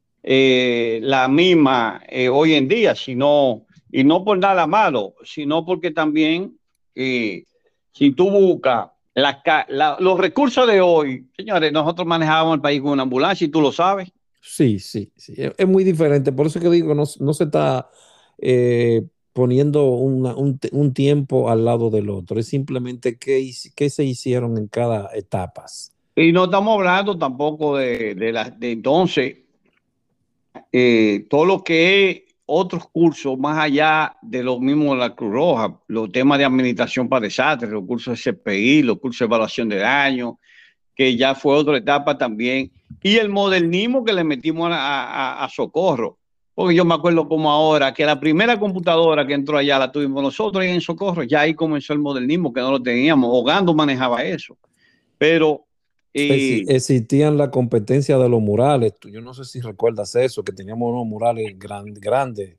la misma hoy en día, sino, y no por nada malo, sino porque también si tú buscas los recursos de hoy, señores, nosotros manejábamos el país con una ambulancia y tú lo sabes. Sí, sí, sí, es muy diferente. Por eso que digo, no se está poniendo un tiempo al lado del otro. Es simplemente qué se hicieron en cada etapa. Y no estamos hablando tampoco de entonces, todo lo que es otros cursos más allá de lo mismo de la Cruz Roja, los temas de administración para desastres, los cursos de CPI, los cursos de evaluación de daño, que ya fue otra etapa también, y el modernismo que le metimos a Socorro, porque yo me acuerdo como ahora que la primera computadora que entró allá la tuvimos nosotros en Socorro, ya ahí comenzó el modernismo que no lo teníamos, Hogando manejaba eso, pero existían la competencia de los murales. Yo no sé si recuerdas eso, que teníamos unos murales grandes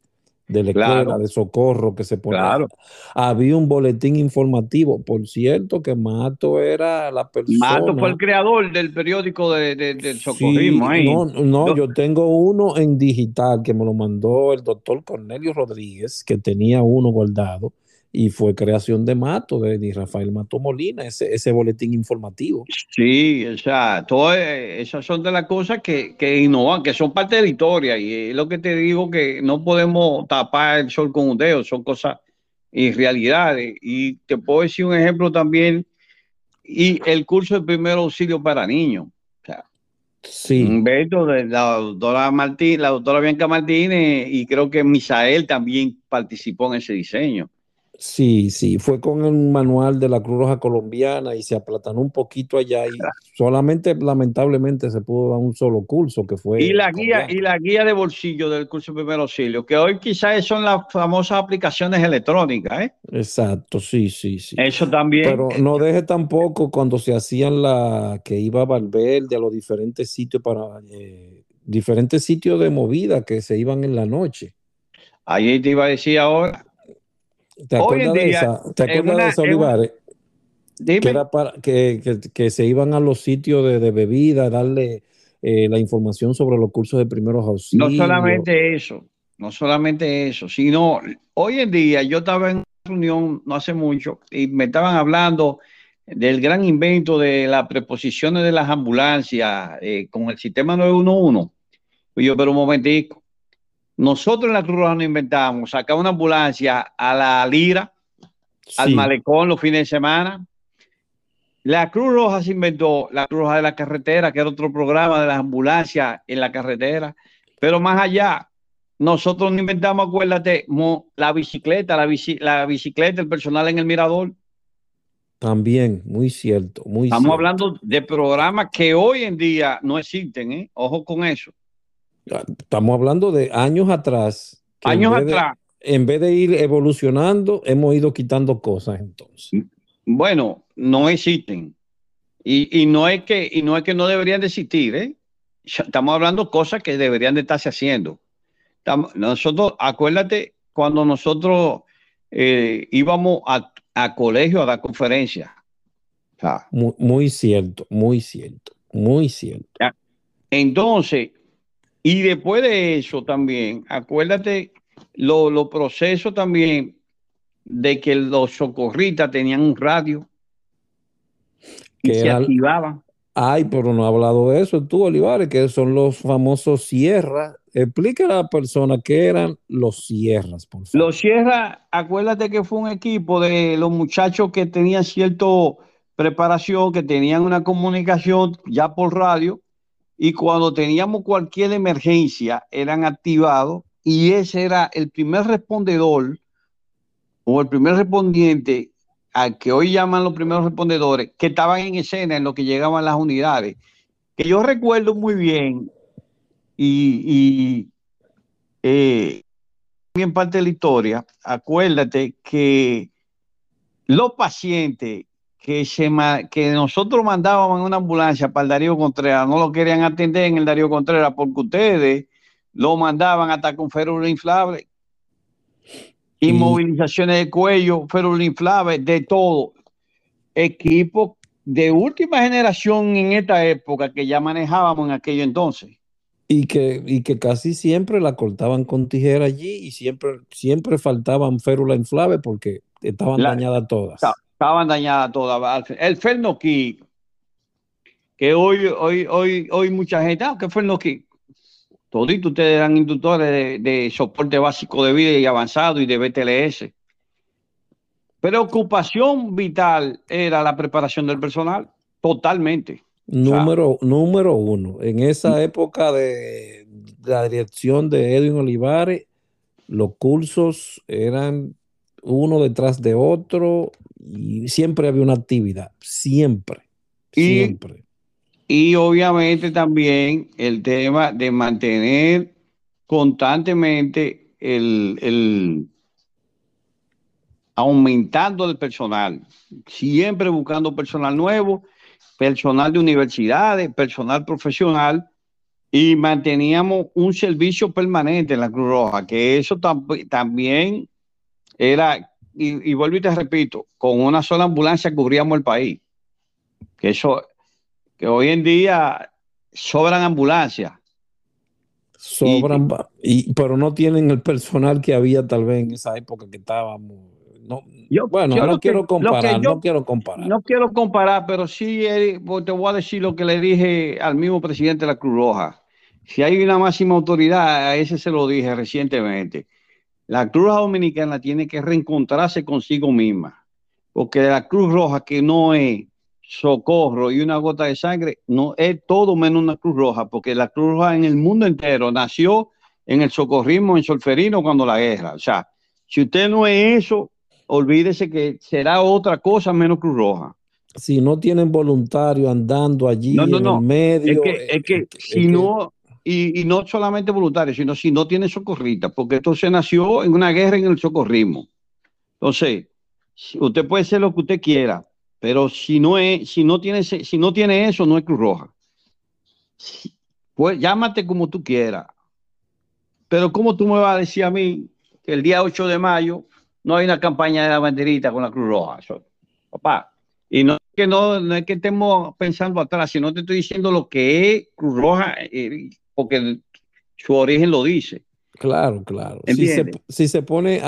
de la escuela, Claro, de socorro que se ponía. claro. Había un boletín informativo. Por cierto, que Mato era la Mato fue el persona. creador del periódico del socorrismo Sí, ahí. no, no, Yo- yo tengo uno en digital que me lo mandó el doctor Cornelio Rodríguez, que tenía uno guardado, y fue creación de Mato, de Rafael Mato Molina, ese boletín informativo. sí, o sea, todas esas son de las cosas que innovan, que son parte de la historia. Y es lo que te digo, que no podemos tapar el sol con un dedo, son cosas y realidades. Y te puedo decir un ejemplo también, y el curso de primer auxilio para niños. O sea, Sí. un veto de la doctora Martín, la doctora Bianca Martínez, y creo que Misael también participó en ese diseño. Sí, sí, fue con el manual de la Cruz Roja Colombiana y se aplatanó un poquito allá y solamente, lamentablemente, se pudo dar un solo curso que fue con Y Bianca. la guía de bolsillo del curso de primer auxilio, que hoy quizás son las famosas aplicaciones electrónicas, ¿eh? Exacto, sí, sí, sí. Eso también. Pero no deje tampoco cuando se hacían que iba a Valverde a los diferentes sitios diferentes sitios de movida que se iban en la noche. Ahí te iba a decir ahora, ¿Te hoy en acuerdas de día, esa? ¿Te acuerdas de esa, Olivares? Que dime, era para que se iban a los sitios de bebida, darle la información sobre los cursos de primeros no auxilios. solamente eso, no solamente eso, sino hoy en día yo estaba en una reunión no hace mucho y me estaban hablando del gran invento de las preposiciones de las ambulancias con el sistema 911. Y yo, pero un momentico, nosotros en la Cruz Roja nos inventamos sacar una ambulancia a la Lira, al Sí, Malecón los fines de semana. La Cruz Roja se inventó la Cruz Roja de la Carretera, que era otro programa de las ambulancias en la carretera. Pero más allá, nosotros no inventamos, acuérdate, la bicicleta, la bicicleta, el personal en el mirador. también, muy cierto, muy Estamos cierto. hablando de programas que hoy en día no existen, ¿eh? Ojo con eso. Estamos hablando de años atrás, que Años atrás, en vez de ir evolucionando, hemos ido quitando cosas entonces. bueno, no existen. Y no es que no deberían de existir, ¿eh? Estamos hablando de cosas que deberían de estarse haciendo. Nosotros, acuérdate, cuando nosotros íbamos a colegio a dar conferencias. O sea, Muy, muy cierto, muy cierto, muy cierto. ya. Entonces, y después de eso también, acuérdate los procesos también de que los socorristas tenían un radio y Que se era, activaban. ay, pero no ha hablado de eso tú, Olivares, que son los famosos sierras. Explica a la persona qué eran los sierras, por Los favor. Sierra, acuérdate que fue un equipo de los muchachos que tenían cierta preparación, que tenían una comunicación ya por radio, y cuando teníamos cualquier emergencia eran activados, y ese era el primer respondedor o el primer respondiente al que hoy llaman los primeros respondedores, que estaban en escena en lo que llegaban las unidades. Que yo recuerdo muy bien, y bien parte de la historia, acuérdate que los pacientes que nosotros mandábamos en una ambulancia para el Darío Contreras no lo querían atender en el Darío Contreras porque ustedes lo mandaban hasta con férula inflable, Y, inmovilizaciones de cuello, férula inflable, de todo. Equipo de última generación en esta época que ya manejábamos en aquello entonces. y que casi siempre la cortaban con tijera allí y siempre, siempre faltaban férulas inflables porque estaban La, dañadas todas. estaban dañadas todas. El Fernoquí, que hoy mucha gente, ¿qué Fernoquí? Todito ustedes eran inductores de soporte básico de vida y avanzado y de BTLS. Preocupación vital era la preparación del personal, totalmente. O sea, Número uno, en esa época de la dirección de Edwin Olivares, los cursos eran uno detrás de otro y siempre había una actividad, siempre, y, siempre. y obviamente también el tema de mantener constantemente aumentando el personal, siempre buscando personal nuevo, personal de universidades, personal profesional, y manteníamos un servicio permanente en la Cruz Roja, que eso también era, y vuelvo y te repito, con una sola ambulancia cubríamos el país. Que eso, que hoy en día sobran ambulancias. Sobran, pero no tienen el personal que había tal vez en esa época que estábamos. No, bueno, no quiero comparar, no quiero comparar. No quiero comparar, pero sí te voy a decir lo que le dije al mismo presidente de la Cruz Roja. Si hay una máxima autoridad, a ese se lo dije recientemente. La Cruz Roja Dominicana tiene que reencontrarse consigo misma, porque la Cruz Roja, que no es socorro y una gota de sangre, no es todo menos una Cruz Roja, porque la Cruz Roja en el mundo entero nació en el socorrismo, en Solferino, cuando la guerra. O sea, si usted no es eso, olvídese que será otra cosa menos Cruz Roja. Si no tienen voluntario andando allí en el medio. Es que si no, y no solamente voluntarios, sino si no tiene socorristas, porque esto se nació en una guerra en el socorrismo. Entonces, usted puede ser lo que usted quiera, pero si no tiene eso, no es Cruz Roja. Pues llámate como tú quieras. Pero ¿cómo tú me vas a decir a mí que el día 8 de mayo no hay una campaña de la banderita con la Cruz Roja? Papá, y no es que estemos pensando atrás, sino te estoy diciendo lo que es Cruz Roja, porque su origen lo dice. Claro. Si se pone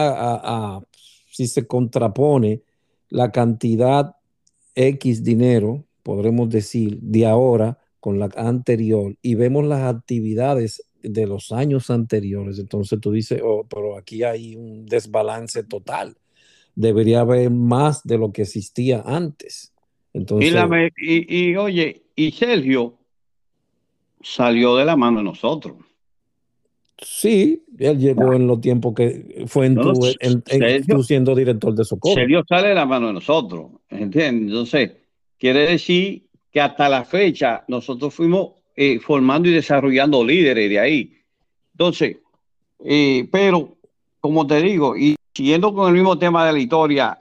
si se contrapone la cantidad X dinero, podremos decir, de ahora con la anterior, y vemos las actividades de los años anteriores, entonces tú dices, oh, pero aquí hay un desbalance total. Debería haber más de lo que existía antes. Entonces, oye, y Sergio salió de la mano de nosotros. Sí, él llegó en los tiempos que fue tú siendo director de socorro. Sergio sale de la mano de nosotros, ¿entiendes? Entonces, quiere decir que hasta la fecha nosotros fuimos formando y desarrollando líderes de ahí. Entonces, pero, como te digo, y siguiendo con el mismo tema de la historia,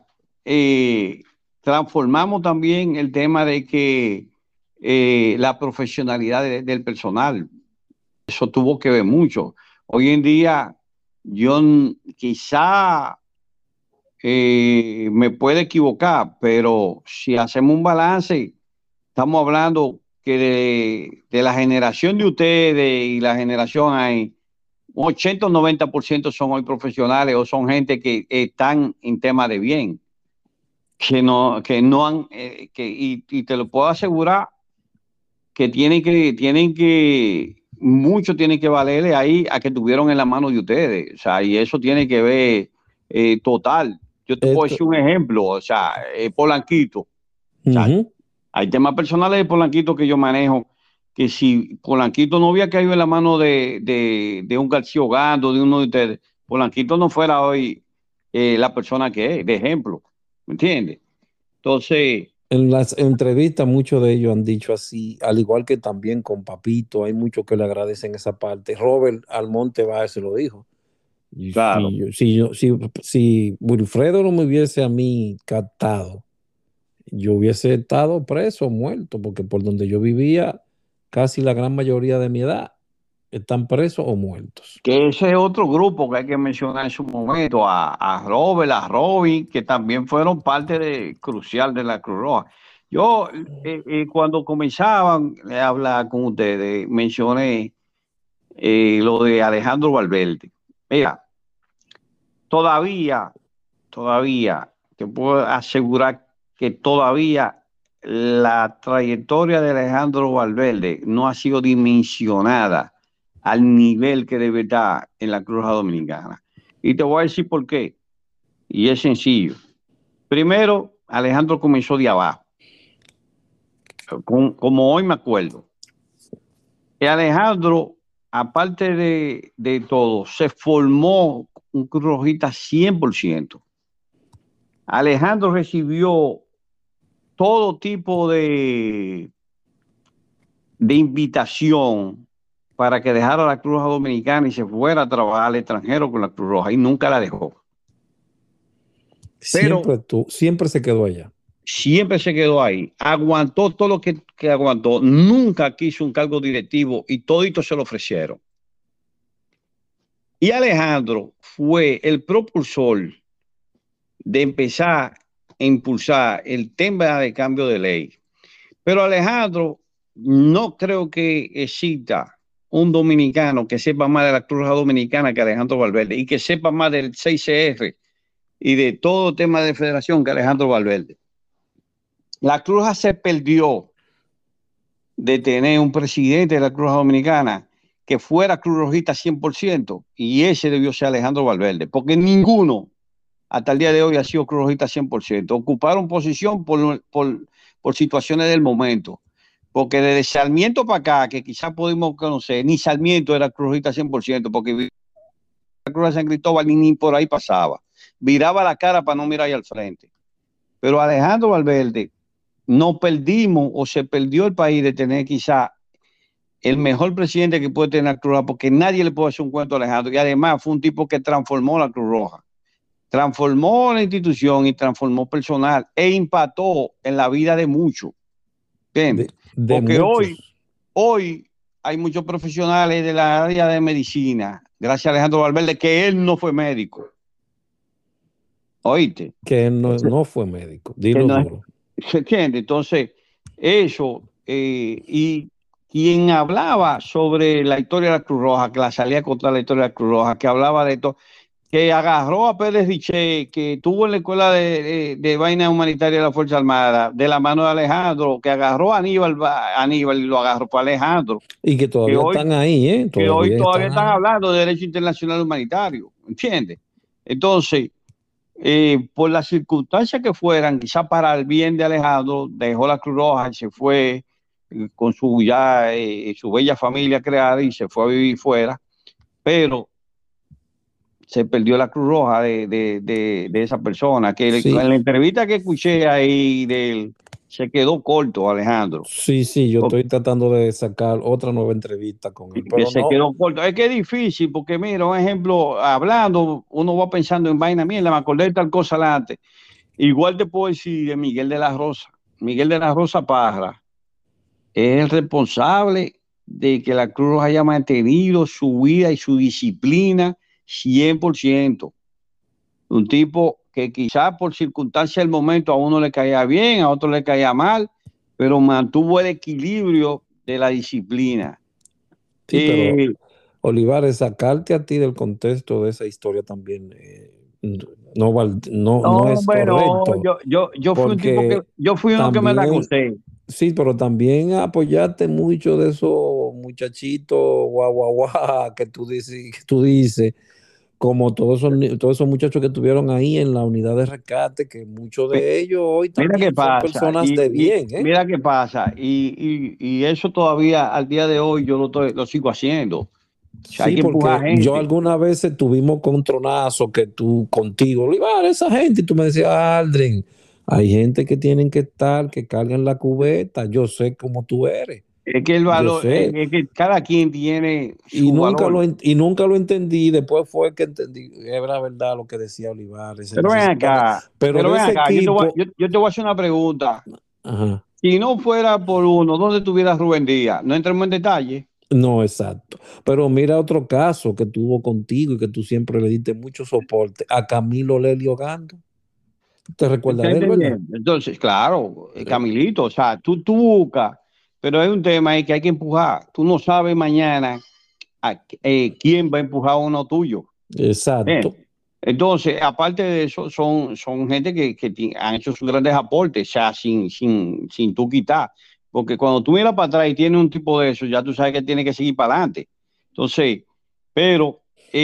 transformamos también el tema de que la profesionalidad del personal, eso tuvo que ver mucho. Hoy en día, yo quizá me puede equivocar, pero si hacemos un balance, estamos hablando que de la generación de ustedes y la generación hay 80 o 90% son hoy profesionales o son gente que están en tema de bien, que no han, y te lo puedo asegurar que mucho tienen que valerle ahí a que tuvieron en la mano de ustedes, o sea, y eso tiene que ver total. Yo te puedo decir un ejemplo, o sea, Polanquito. O sea, hay temas personales de Polanquito que yo manejo, que si Polanquito no hubiera caído en la mano de un García Ogando, de uno de ustedes, Polanquito no fuera hoy la persona que es, de ejemplo, ¿me entiendes? Entonces, en las entrevistas muchos de ellos han dicho así, al igual que también con Papito, hay muchos que le agradecen esa parte. Robert Almonte Báez se lo dijo. Claro. Si Wilfredo no me hubiese a mí captado, yo hubiese estado preso o muerto, porque por donde yo vivía, casi la gran mayoría de mi edad están presos o muertos. Que ese es otro grupo que hay que mencionar en su momento, a Robert, a Robin, que también fueron parte crucial de la Cruz Roja. Yo, cuando comenzaban a hablar con ustedes, mencioné lo de Alejandro Valverde. Mira, todavía, te puedo asegurar que todavía la trayectoria de Alejandro Valverde no ha sido dimensionada al nivel que debe estar en la Cruz Roja Dominicana. Y te voy a decir por qué. Y es sencillo. Primero, Alejandro comenzó de abajo. Como hoy me acuerdo. Y Alejandro, aparte de todo, se formó un Cruz Rojita 100%. Alejandro recibió todo tipo de invitación para que dejara la Cruz Roja Dominicana y se fuera a trabajar al extranjero con la Cruz Roja, y nunca la dejó. Siempre se quedó allá. siempre se quedó ahí, aguantó todo lo que aguantó, nunca quiso un cargo directivo y todito se lo ofrecieron. Y Alejandro fue el propulsor de empezar a impulsar el tema de cambio de ley. Pero Alejandro, no creo que exista un dominicano que sepa más de la Cruz Roja Dominicana que Alejandro Valverde y que sepa más del 6CR y de todo el tema de federación que Alejandro Valverde. La Cruz Roja se perdió de tener un presidente de la Cruz Roja Dominicana que fuera Cruz Rojista 100% y ese debió ser Alejandro Valverde, porque ninguno hasta el día de hoy ha sido Cruz Rojista 100%. Ocuparon posición por situaciones del momento. Porque desde Sarmiento para acá, que quizás pudimos conocer, ni Sarmiento era Cruz Rojista 100%, porque la Cruz de San Cristóbal ni por ahí pasaba. Viraba la cara para no mirar ahí al frente. Pero Alejandro Valverde, no perdimos o se perdió el país de tener quizá el mejor presidente que puede tener la Cruz Roja, porque nadie le puede hacer un cuento a Alejandro. Y además fue un tipo que transformó la Cruz Roja. Transformó la institución y transformó personal e impactó en la vida de muchos. Bien, porque muchos. Hoy hay muchos profesionales de la área de medicina, gracias a Alejandro Valverde, que él no fue médico. ¿Oíste? Que él no fue médico. Dilo duro. ¿Se entiende? Entonces, eso, y quien hablaba sobre la historia de la Cruz Roja, que la salía contra la historia de la Cruz Roja, que hablaba de esto, que agarró a Pérez Riché, que tuvo en la escuela de vaina humanitaria de la Fuerza Armada, de la mano de Alejandro, que agarró a Aníbal y lo agarró para Alejandro. Y que todavía están ahí, ¿eh? Que hoy todavía están hablando de derecho internacional humanitario, ¿entiendes? Entonces, por las circunstancias que fueran, quizás para el bien de Alejandro, dejó la Cruz Roja y se fue con su bella familia creada y se fue a vivir fuera, pero se perdió la Cruz Roja de esa persona, que sí. En la entrevista que escuché ahí de él, se quedó corto, Alejandro. Sí, yo estoy tratando de sacar otra nueva entrevista con él. Pero se quedó corto. Es que es difícil, porque mira, un ejemplo, hablando, uno va pensando en vaina mierda, me acordé de tal cosa antes. Igual te puedo decir de Miguel de la Rosa. Miguel de la Rosa Parra es el responsable de que la Cruz Roja haya mantenido su vida y su disciplina 100%. Un tipo que quizás por circunstancias del momento a uno le caía bien, a otro le caía mal, pero mantuvo el equilibrio de la disciplina. Sí, pero Olivares, sacarte a ti del contexto de esa historia también no es correcto. Yo fui un tipo que yo fui uno que me la gocé. Sí, pero también apoyaste mucho de esos muchachitos guau que tú dices, como todos esos muchachos que estuvieron ahí en la unidad de rescate, que muchos de ellos hoy también son personas de bien. Mira qué pasa, y eso todavía al día de hoy yo lo sigo haciendo. O sea, sí, porque yo algunas veces tuvimos contronazo que tú contigo, Olivares, esa gente, y tú me decías, Aldrin, hay gente que tienen que estar, que cargan la cubeta, yo sé cómo tú eres. Es que el valor, es que cada quien tiene su valor. Y nunca lo entendí, después fue que entendí, era verdad lo que decía Olivares. Pero ven acá, yo te voy a hacer una pregunta. Ajá. Si no fuera por uno, ¿dónde estuviera Rubén Díaz? No entremos en detalle. No, exacto. Pero mira otro caso que tuvo contigo y que tú siempre le diste mucho soporte, a Camilo Lelio Gando. ¿Te recuerdas de él, verdad? Entonces, claro, Camilito, o sea, tú buscas, pero hay un tema ahí que hay que empujar. Tú no sabes mañana quién va a empujar a uno tuyo. Exacto. Entonces, aparte de eso, son gente que han hecho sus grandes aportes, o sea, sin tú quitar. Porque cuando tú miras para atrás y tienes un tipo de eso, ya tú sabes que tiene que seguir para adelante. Entonces, pero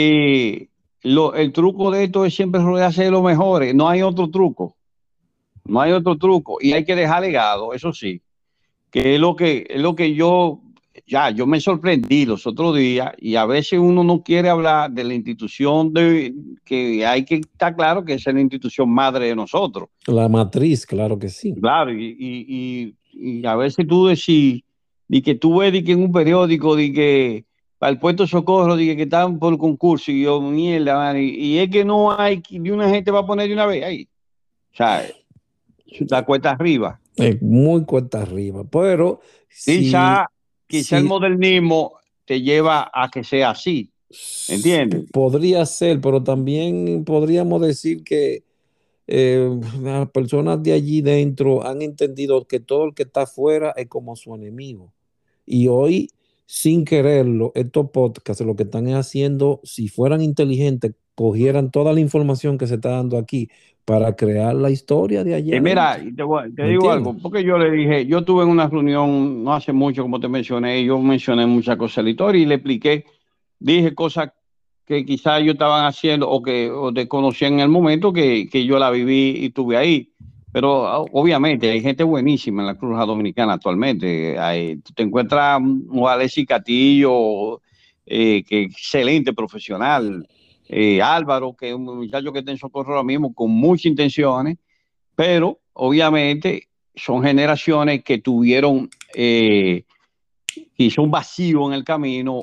el truco de esto es siempre rodearse de los mejores. No hay otro truco. No hay otro truco. Y hay que dejar legado, eso sí. Que es lo que yo me sorprendí los otros días, y a veces uno no quiere hablar de la institución que hay que estar claro que es la institución madre de nosotros. La matriz, claro que sí. Claro, y a veces tú decís, y que tú ves que en un periódico, de que para el puesto de socorro, de que están por concurso, y yo, mierda, man, y es que no hay, ni una gente va a poner de una vez ahí. O sea, la cuesta arriba. Muy cuesta arriba, pero Quizá, quizá el si modernismo te lleva a que sea así, ¿entiendes? podría ser, pero también podríamos decir que las personas de allí dentro han entendido que todo el que está afuera es como su enemigo. Y hoy, sin quererlo, estos podcasts lo que están haciendo, si fueran inteligentes, cogieran toda la información que se está dando aquí para crear la historia de allá Y mira, adentro. te ¿Me digo entiendes? algo, porque yo le dije, yo tuve en una reunión no hace mucho, como te mencioné, y yo mencioné muchas cosas de la historia y le expliqué, dije cosas que quizás ellos estaban haciendo o que o desconocían en el momento que yo la viví y estuve ahí. Pero obviamente hay gente buenísima en la Cruz Roja Dominicana actualmente. Tú te encuentras un Alexis Castillo, que excelente profesional. Álvaro, que es un muchacho que está en Socorro ahora mismo con muchas intenciones, pero obviamente son generaciones que tuvieron quizá un vacío en el camino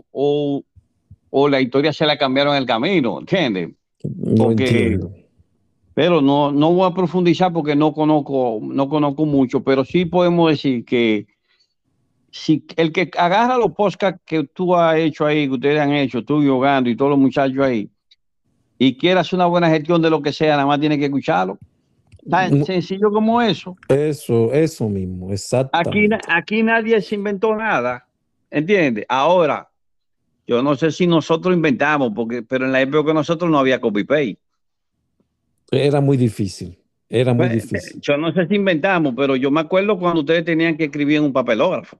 o la historia se la cambiaron en el camino, ¿entiendes? No Porque, entiendo. pero no voy a profundizar porque no conozco mucho, pero sí podemos decir que si el que agarra los podcasts que tú has hecho ahí, que ustedes han hecho, tú y Hogando y todos los muchachos ahí, y quiere hacer una buena gestión de lo que sea, nada más tiene que escucharlo. Tan sencillo como eso. Eso mismo, Aquí, exactamente. aquí nadie se inventó nada, ¿entiendes? Ahora, yo no sé si nosotros inventamos, pero en la época de nosotros no había copy-paste. Era muy difícil, era muy Pues, difícil. yo no sé si inventamos, pero yo me acuerdo cuando ustedes tenían que escribir en un papelógrafo.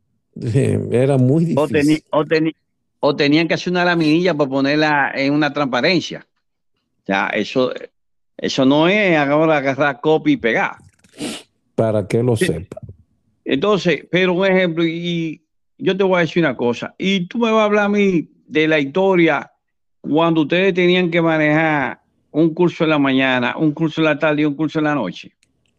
Era muy O, difícil. o tenían que hacer una laminilla para ponerla en una transparencia. O sea, eso no es ahora agarrar copy y pegar. Para que lo sepa. Entonces, pero un ejemplo, y yo te voy a decir una cosa, y tú me vas a hablar a mí de la historia cuando ustedes tenían que manejar un curso en la mañana, un curso en la tarde y un curso en la noche.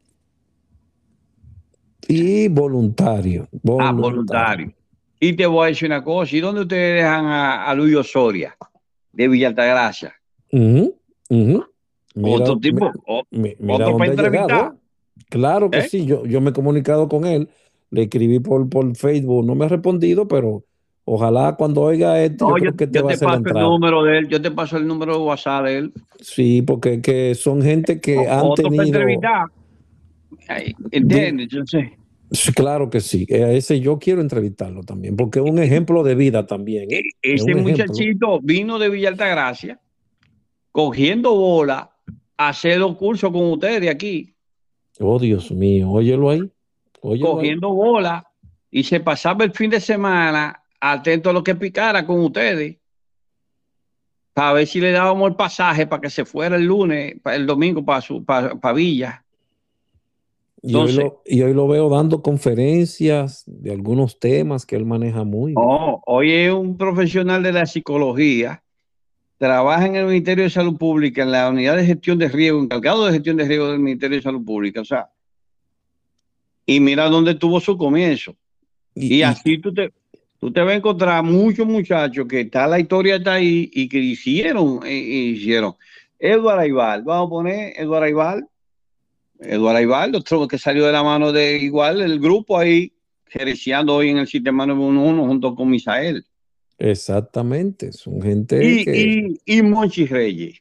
Y voluntario, Ah, voluntario. voluntario. Y te voy a decir una cosa, ¿y dónde ustedes dejan a Luis Osoria de Villa Altagracia? Ujú, ujú. Mira, Otro tipo, mira otro para dónde ha entrevistar, llegado. Claro que ¿eh? sí, yo me he comunicado con él, le escribí por Facebook, no me ha respondido, pero ojalá cuando oiga esto, yo No, creo que te yo va a te hacer la paso el entrada. número de él, yo te paso el número de WhatsApp de él. Sí, porque que son gente que han Otro para tenido, entrevistar. ¿Entiendes? Entonces, sí, claro que sí, a ese yo quiero entrevistarlo también, porque es un ejemplo de vida también, ¿eh? Es ese un ejemplo. muchachito vino de Villa Altagracia cogiendo bola a hacer los cursos con ustedes aquí, Oh, Dios mío, óyelo ahí. cogiendo bola y se pasaba el fin de semana atento a lo que picara con ustedes para ver si le dábamos el pasaje para que se fuera el lunes, el domingo para Villa. Entonces, Y hoy lo veo dando conferencias de algunos temas que él maneja muy bien. hoy es un profesional de la psicología, trabaja en el Ministerio de Salud Pública, en la unidad de gestión de riesgo, encargado de gestión de riesgo del Ministerio de Salud Pública. O sea, y mira dónde tuvo su comienzo. Y, Y y, así tú te vas a encontrar muchos muchachos que está la historia está ahí y que hicieron. Eduardo Aibal, vamos a poner Eduardo Aibal, otro que salió de la mano de igual, el grupo ahí, gerenciando hoy en el sistema 911 junto con Misael. exactamente, son gente Y, que y Monchi Reyes.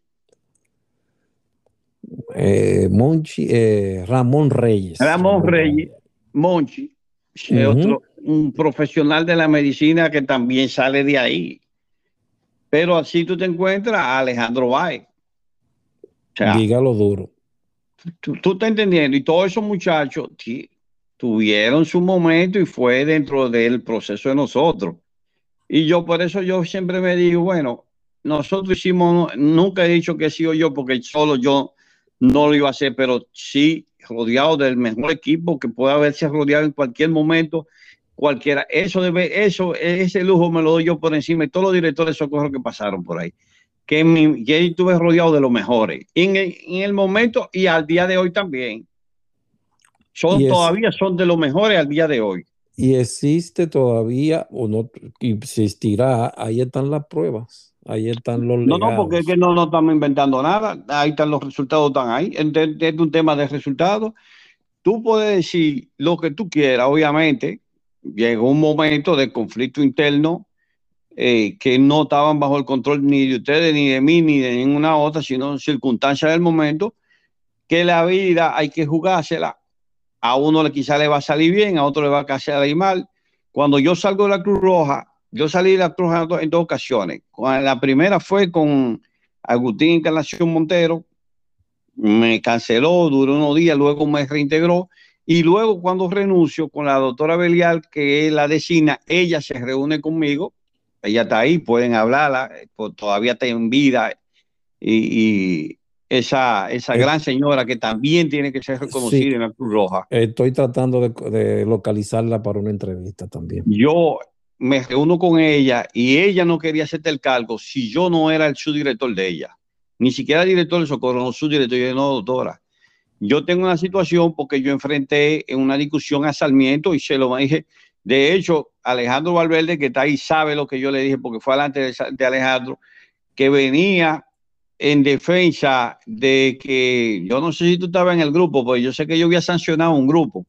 Ramón Reyes, Ramón Ramón Reyes, Reyes. Monchi, es Ujú. otro, un profesional de la medicina que también sale de ahí. Pero así tú te encuentras a Alejandro Báez. O sea, Dígalo duro. tú estás entendiendo. Y todos esos muchachos tuvieron su momento y fue dentro del proceso de nosotros. Y yo por eso yo siempre me digo, bueno, nosotros hicimos, nunca he dicho que he sido yo, porque solo yo no lo iba a hacer, pero sí rodeado del mejor equipo que pueda haberse rodeado en cualquier momento, cualquiera. Eso, ese lujo me lo doy yo por encima de todos los directores de socorro que pasaron por ahí. Que estuve rodeado de los mejores. En el momento y al día de hoy también. Y, es, Todavía son de los mejores al día de hoy. y existe todavía, o no existirá, ahí están las pruebas, ahí están los No, porque es que legados. no estamos inventando nada. Ahí están los resultados, están ahí. Es un tema de resultados. tú puedes decir lo que tú quieras, obviamente, llegó un momento de conflicto interno que no estaban bajo el control ni de ustedes, ni de mí, ni de ninguna otra, sino circunstancias del momento, que la vida hay que jugársela. A uno quizá le va a salir bien, a otro le va a salir mal. Cuando yo salgo de la Cruz Roja, yo salí de la Cruz Roja en dos ocasiones. La primera fue con Agustín Encarnación Montero, me canceló, duró unos días, luego me reintegró. Y luego cuando renuncio con la doctora Belial, que es la designa, ella se reúne conmigo, ella está ahí, pueden hablarla, todavía está en vida, y esa gran señora que también tiene que ser reconocida Sí, en la Cruz Roja. estoy tratando de localizarla para una entrevista también. Yo me reúno con ella y ella no quería hacerte el cargo si yo no era el subdirector de ella, ni siquiera director de Socorro, no subdirector. Yo dije, no, doctora, yo tengo una situación porque yo enfrenté en una discusión a Sarmiento y se lo dije. De hecho, Alejandro Valverde, que está ahí, sabe lo que yo le dije porque fue delante de Alejandro, que venía en defensa de que, yo no sé si tú estabas en el grupo, pues yo sé que yo había sancionado un grupo.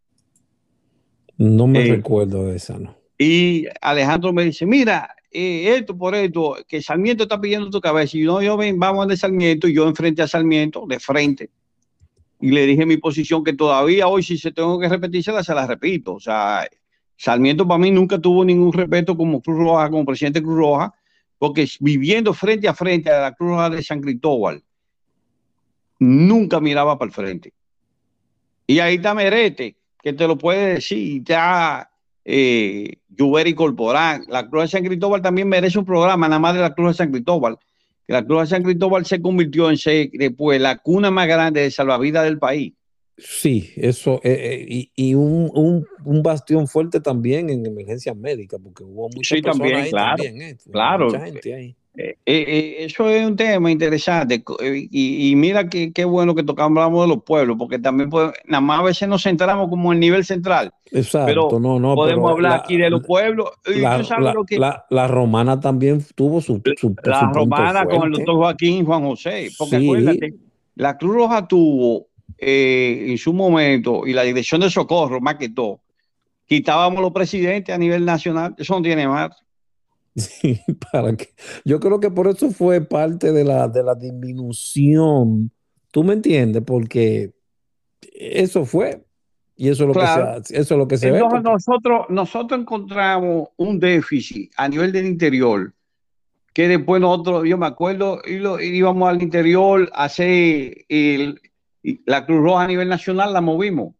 No me recuerdo de esa, ¿no? Y Alejandro me dice, mira, esto por esto, que Sarmiento está pidiendo tu cabeza. Y yo ven, vamos de Sarmiento, y yo enfrente a Sarmiento, de frente. Y le dije mi posición, que todavía hoy, si se tengo que repetírsela, se la repito. O sea, Sarmiento para mí nunca tuvo ningún respeto como Cruz Roja, como presidente de Cruz Roja, porque viviendo frente a frente a la Cruz Roja de San Cristóbal, nunca miraba para el frente. Y ahí está Merete, que te lo puede decir, ya Lluveri Corporán. La Cruz de San Cristóbal también merece un programa, nada más de la Cruz de San Cristóbal. La Cruz de San Cristóbal se convirtió en ser después la cuna más grande de salvavidas del país. Sí, eso, y un bastión fuerte también en emergencias médicas, porque hubo muchas Sí, personas también, ahí claro, también, claro. mucha gente ahí. Eso es un tema interesante y mira qué bueno que hablamos de los pueblos, porque también nada más a veces nos centramos como en el nivel central, pero Exacto, no, podemos pero hablar aquí de los pueblos y tú sabes lo que la romana también tuvo la su punto romana con el fuerte. doctor Joaquín Juan José, porque Sí, acuérdate, la Cruz Roja tuvo en su momento y la Dirección de Socorro, más que todo, quitábamos los presidentes a nivel nacional, eso no tiene más. sí, para que, yo creo que por eso fue parte de la disminución. ¿Tú me entiendes? Porque eso fue, y eso es lo que Claro. eso es lo que se ve, Entonces porque nosotros encontramos un déficit a nivel del interior, que después nosotros, yo me acuerdo, íbamos al interior a hacer la Cruz Roja a nivel nacional, la movimos.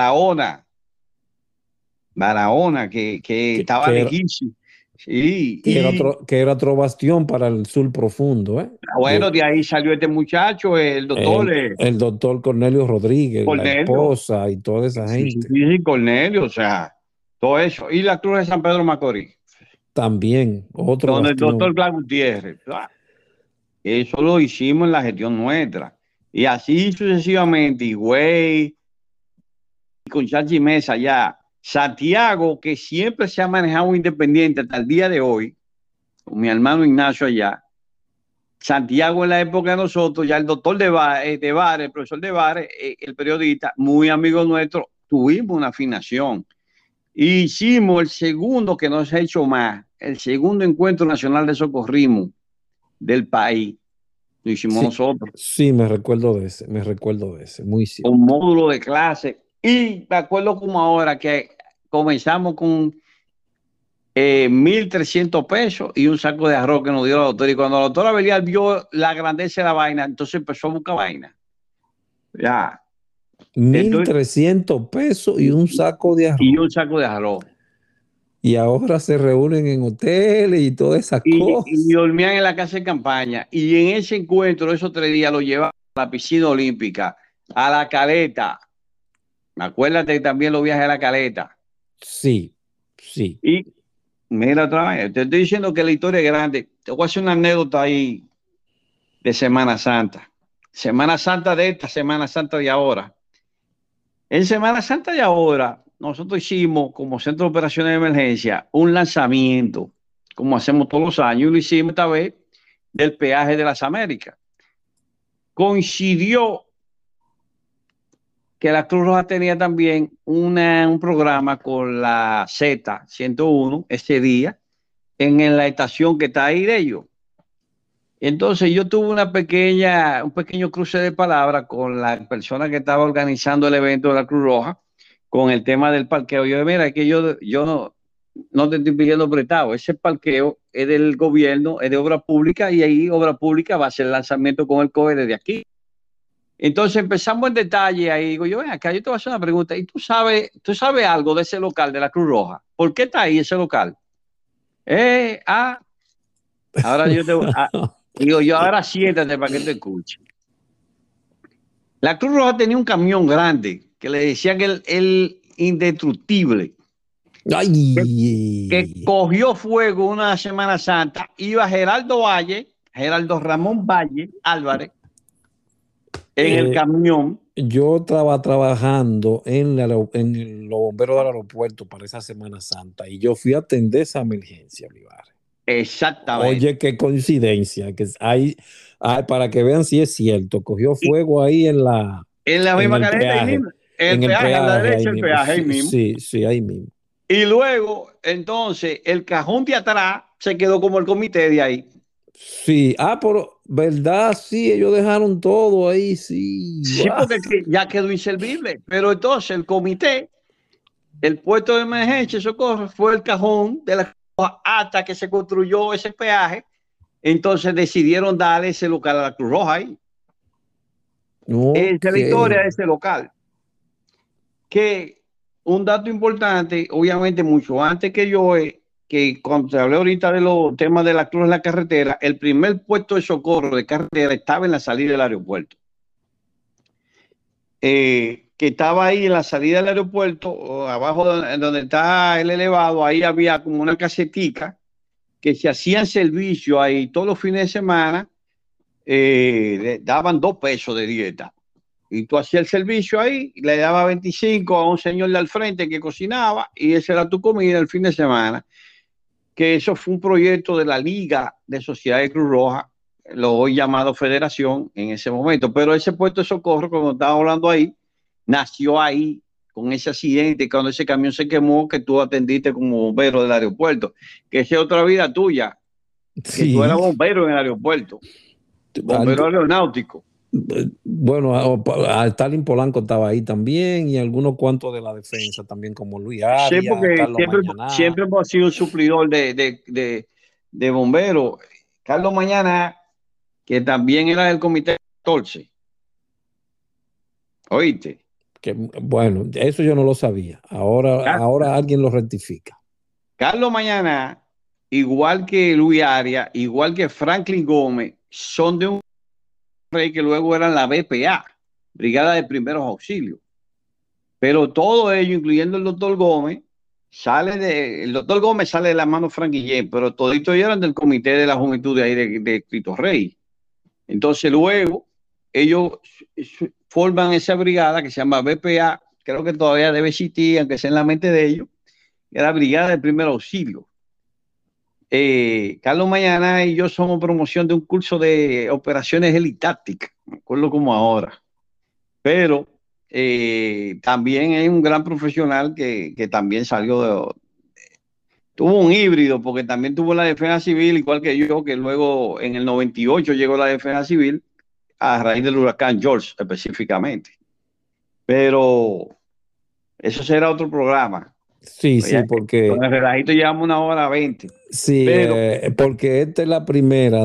Barahona, que estaba que era, lejísimo. Sí, y que era otro bastión para el sur profundo, ¿eh? bueno, de ahí salió este muchacho, el doctor El doctor Cornelio Rodríguez, la Cornelio. esposa y toda esa Sí, sí, gente. sí, Cornelio, o sea, todo eso. Y la Cruz de San Pedro Macorís, También, otro donde el doctor bastión. Glau Gutiérrez. Eso lo hicimos en la gestión nuestra. Y así sucesivamente, y güey, con Chachi Mesa ya. Santiago, que siempre se ha manejado independiente hasta el día de hoy, con mi hermano Ignacio allá. Santiago en la época de nosotros, ya el doctor de Bares, el profesor de Bares, el periodista, muy amigo nuestro, tuvimos una afinación. Hicimos el segundo, que no se ha hecho más, el segundo encuentro nacional de socorrismo del país. Lo hicimos Sí, nosotros. sí, me recuerdo de ese, muy Un cierto. módulo de clase. Y me acuerdo como ahora que comenzamos con 1.300 pesos y un saco de arroz que nos dio la doctora. Y cuando la doctora Belial vio la grandeza de la vaina, entonces empezó a buscar vaina. Ya. Entonces, 1.300 pesos y un saco de y arroz. un saco de arroz. Y ahora se reúnen en hoteles y todas esas Y cosas. dormían en la casa de campaña. Y en ese encuentro, esos 3 días, lo llevaban a la piscina olímpica, a la Caleta. Acuérdate que también los viajes a la Caleta. Sí, sí. Y mira otra vez, te estoy diciendo que la historia es grande. Te voy a hacer una anécdota ahí de Semana Santa. Semana Santa de esta, Semana Santa de ahora. En Semana Santa de ahora, nosotros hicimos como Centro de Operaciones de Emergencia un lanzamiento, como hacemos todos los años, y lo hicimos esta vez del peaje de las Américas. Coincidió que la Cruz Roja tenía también un programa con la Z-101 ese día en la estación que está ahí de ellos. Entonces yo tuve un pequeño cruce de palabras con la persona que estaba organizando el evento de la Cruz Roja con el tema del parqueo. Yo, mira, que yo no te estoy pidiendo prestado, ese parqueo es del gobierno, es de obra pública y ahí obra pública va a hacer el lanzamiento con el COE desde aquí. Entonces empezamos en detalle ahí, digo yo, ven acá, yo te voy a hacer una pregunta, ¿y tú sabes algo de ese local de la Cruz Roja? ¿Por qué está ahí ese local? Ahora yo te digo yo, ahora siéntate para que te escuche. La Cruz Roja tenía un camión grande que le decían el indestructible. Ay. Que cogió fuego una Semana Santa, iba Geraldo Ramón Valle Álvarez, en el camión. Yo estaba trabajando en los bomberos del aeropuerto para esa Semana Santa y yo fui a atender esa emergencia, Olivares. Exactamente. Oye, qué coincidencia, que hay, para que vean si es cierto, cogió fuego ahí en la misma careta, ahí mismo. El peaje a la derecha, el peaje ahí mismo. Sí, ahí mismo. Y luego, entonces, el cajón de atrás se quedó como el comité de ahí. Sí, pero verdad, sí, ellos dejaron todo ahí, sí. Sí, porque ya quedó inservible. Pero entonces el comité, el puesto de emergencia y socorro, fue el cajón de la hasta que se construyó ese peaje. Entonces decidieron darle ese local a la Cruz Roja ahí. Okay. Esa es la historia de ese local. Que un dato importante, obviamente mucho antes que yo, que cuando te hablé ahorita de los temas de la Cruz en la carretera, el primer puesto de socorro de carretera estaba en la salida del aeropuerto. Que estaba ahí en la salida del aeropuerto, abajo donde está el elevado, ahí había como una casetica que se hacían servicio ahí todos los fines de semana, daban 2 pesos de dieta. Y tú hacías el servicio ahí, le daba 25 a un señor de al frente que cocinaba y esa era tu comida el fin de semana. Que eso fue un proyecto de la Liga de Sociedades Cruz Roja, lo hoy llamado Federación en ese momento. Pero ese puesto de socorro, como estaba hablando ahí, nació ahí con ese accidente, cuando ese camión se quemó, que tú atendiste como bombero del aeropuerto, que esa es otra vida tuya, que tú eras bombero en el aeropuerto, bombero aeronáutico. Bueno, Stalin Polanco estaba ahí también y algunos cuantos de la defensa también, como Luis Arias, sí, porque Carlos siempre hemos sido un suplidor de bomberos. Carlos Mañana, que también era del comité 14. ¿Oíste? Que, bueno, eso yo no lo sabía. Ahora alguien lo rectifica. Carlos Mañana, igual que Luis Arias, igual que Franklin Gómez, son de un rey que luego eran la BPA, Brigada de Primeros Auxilios. Pero todo ello, incluyendo el doctor Gómez, el doctor Gómez sale de la mano Frank Guillén, pero toditos eran del comité de la juventud de ahí de Cristo Rey. Entonces luego ellos forman esa brigada que se llama BPA, creo que todavía debe existir, aunque sea en la mente de ellos, que era la Brigada de Primer Auxilio. Carlos Mañana y yo somos promoción de un curso de operaciones helitácticas, me acuerdo como ahora, pero también es un gran profesional que también salió tuvo un híbrido, porque también tuvo la defensa civil, igual que yo, que luego en el 98 llegó la defensa civil a raíz del huracán George específicamente. Pero eso será otro programa. Sí, sí, porque con el relajito llevamos 1:20. Sí, pero, porque esta es la primera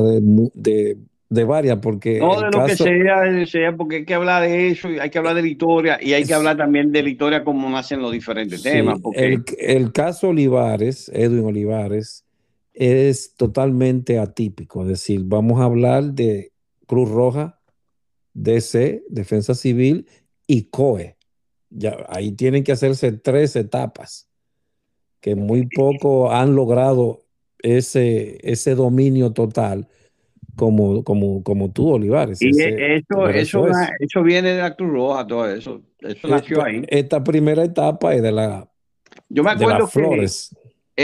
de varias, porque no, de lo que sea, porque hay que hablar de eso, hay que hablar de la historia y hay que hablar también de la historia como nacen los diferentes temas. Porque el caso Olivares, Edwin Olivares, es totalmente atípico. Es decir, vamos a hablar de Cruz Roja, DC, Defensa Civil y COE. Ya, ahí tienen que hacerse 3 etapas, que muy poco han logrado ese dominio total como tú, Olivares. Y eso viene de la Cruz Roja, todo eso. Eso nació ahí. Esta primera etapa es de Yo me acuerdo las flores.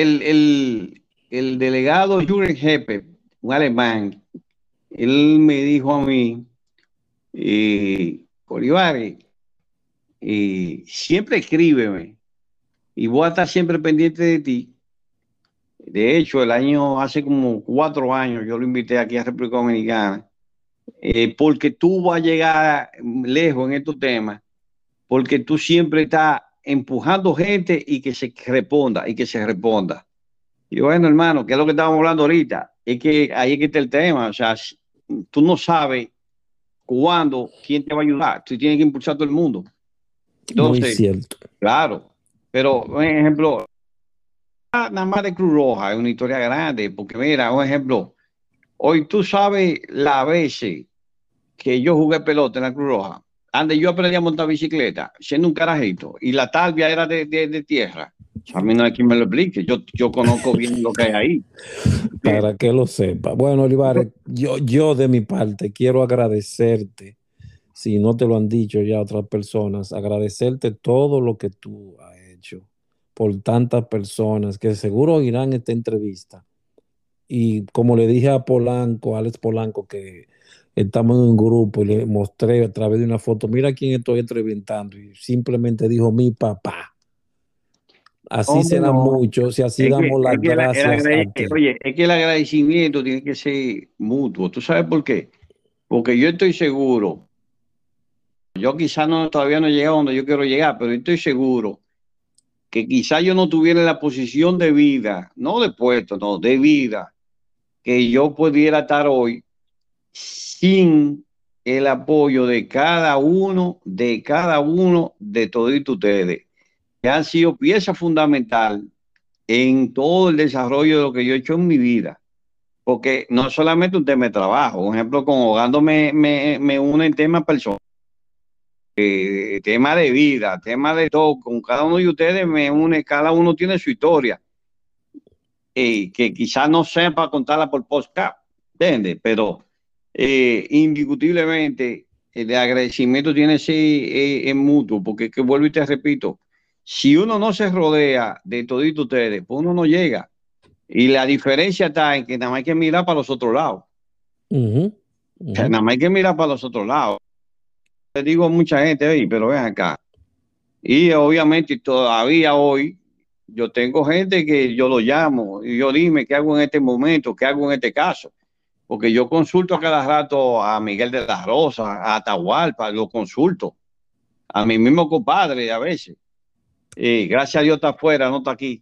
El delegado Jürgen Heppe, un alemán, él me dijo a mí, Olivares, y siempre escríbeme y voy a estar siempre pendiente de ti. De hecho, hace como 4 años, yo lo invité aquí a República Dominicana, porque tú vas a llegar lejos en estos temas, porque tú siempre estás empujando gente y que se responda, y que se responda. Y bueno, hermano, ¿qué es lo que estábamos hablando ahorita? Es que ahí es que está el tema. O sea, tú no sabes cuándo, quién te va a ayudar. Tú tienes que impulsar a todo el mundo. Muy Entonces, cierto. claro. Pero, por ejemplo, nada más de Cruz Roja es una historia grande. Porque mira, un ejemplo, hoy tú sabes las veces que yo jugué pelota en la Cruz Roja, donde yo aprendí a montar bicicleta, siendo un carajito, y la talvia era de tierra. A mí no hay quien me lo explique. Yo conozco bien lo que hay ahí. Para que lo sepa. Bueno, Olivares, yo de mi parte quiero agradecerte, si no te lo han dicho ya otras personas, agradecerte todo lo que tú has hecho por tantas personas que seguro oirán esta entrevista. Y como le dije a Polanco, a Alex Polanco, que estamos en un grupo y le mostré a través de una foto, mira quién estoy entrevistando, y simplemente dijo mi papá. Así Hombre, serán no. muchos y así damos las gracias a ti. Oye, es que el agradecimiento tiene que ser mutuo. ¿Tú sabes por qué? Porque yo estoy seguro, yo quizás no, todavía no he llegado donde yo quiero llegar, pero estoy seguro que quizás yo no tuviera la posición de vida, no de puesto, no, de vida, que yo pudiera estar hoy sin el apoyo de todos ustedes, que han sido pieza fundamental en todo el desarrollo de lo que yo he hecho en mi vida. Porque no solamente un tema de trabajo, por ejemplo, con Hogando me une en temas personales, tema de vida, tema de todo, con cada uno de ustedes me une, cada uno tiene su historia, que quizás no sepa contarla por podcast, ¿entiendes? Pero indiscutiblemente el agradecimiento tiene que ser mutuo, porque es que vuelvo y te repito, si uno no se rodea de todos ustedes, pues uno no llega. Y la diferencia está en que nada más hay que mirar para los otros lados. O sea, nada más hay que mirar para los otros lados. Le digo a mucha gente, oye, pero ven acá. Y obviamente todavía hoy yo tengo gente que yo lo llamo y yo dime qué hago en este momento, qué hago en este caso. Porque yo consulto a cada rato a Miguel de la Rosa, a Atahualpa, lo consulto. A mi mismo compadre a veces. Gracias a Dios está afuera, no está aquí.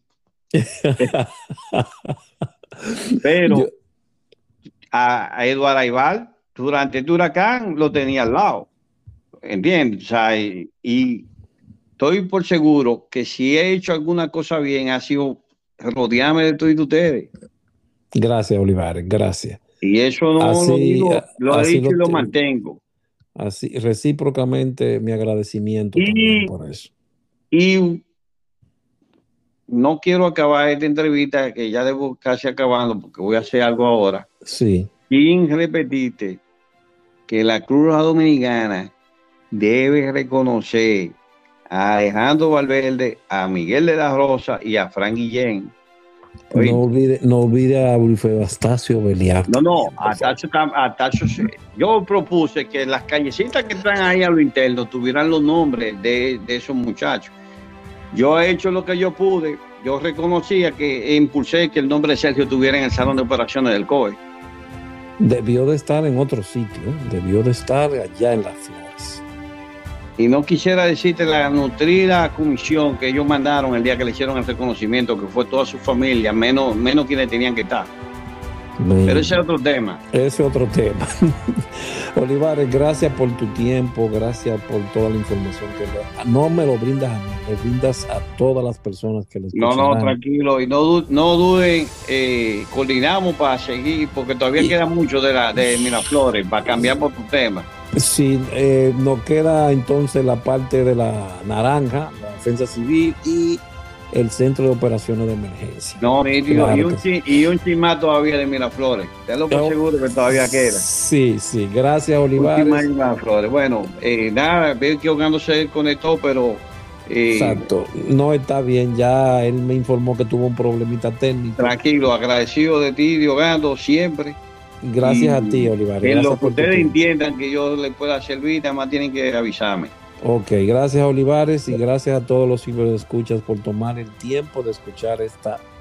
Pero a Eduardo Aibar, durante el huracán, lo tenía al lado. ¿Entiendes? O sea, y estoy por seguro que si he hecho alguna cosa bien, ha sido rodearme de todos ustedes. Gracias, Olivares, gracias. Y eso no así, lo digo, lo he dicho y lo te, mantengo. Así, recíprocamente, mi agradecimiento también por eso. Y no quiero acabar esta entrevista, que ya debo casi acabando, porque voy a hacer algo ahora. Sí. Sin repetirte que la Cruz Roja Dominicana debe reconocer a Alejandro Valverde, a Miguel de la Rosa y a Frank Guillén. No olvide a Wilfredo Astacio Beliar. No, Astacio, yo propuse que las callecitas que están ahí a lo interno tuvieran los nombres de esos muchachos. Yo he hecho lo que yo pude. Yo reconocía que impulsé que el nombre de Sergio estuviera en el salón de operaciones del COE. Debió de estar en otro sitio, debió de estar allá en Las Flores. Y no quisiera decirte la nutrida comisión que ellos mandaron el día que le hicieron el reconocimiento, que fue toda su familia, menos quienes tenían que estar. Pero ese es otro tema. Ese es otro tema. Olivares, gracias por tu tiempo, gracias por toda la información que no me lo brindas a mí, le brindas a todas las personas que les escucharán. No, tranquilo, y no duden, coordinamos para seguir, porque todavía queda mucho de Miraflores, para cambiar por tu tema. Sí, nos queda entonces la parte de la naranja, la defensa civil y el centro de operaciones de emergencia. No, claro, y un chismá todavía de Miraflores. Te lo por seguro que todavía queda. Sí, gracias, Olivares. Un chismá de Miraflores. Bueno, nada, veo que Hogando se conectó, pero... Exacto, no está bien, ya él me informó que tuvo un problemita técnico. Tranquilo, agradecido de ti, de Hogando, siempre. Gracias a ti, Olivares. En lo que ustedes entiendan que yo les pueda servir, nada más tienen que avisarme. Ok, gracias Olivares y gracias a todos los ciberescuchas por tomar el tiempo de escuchar esta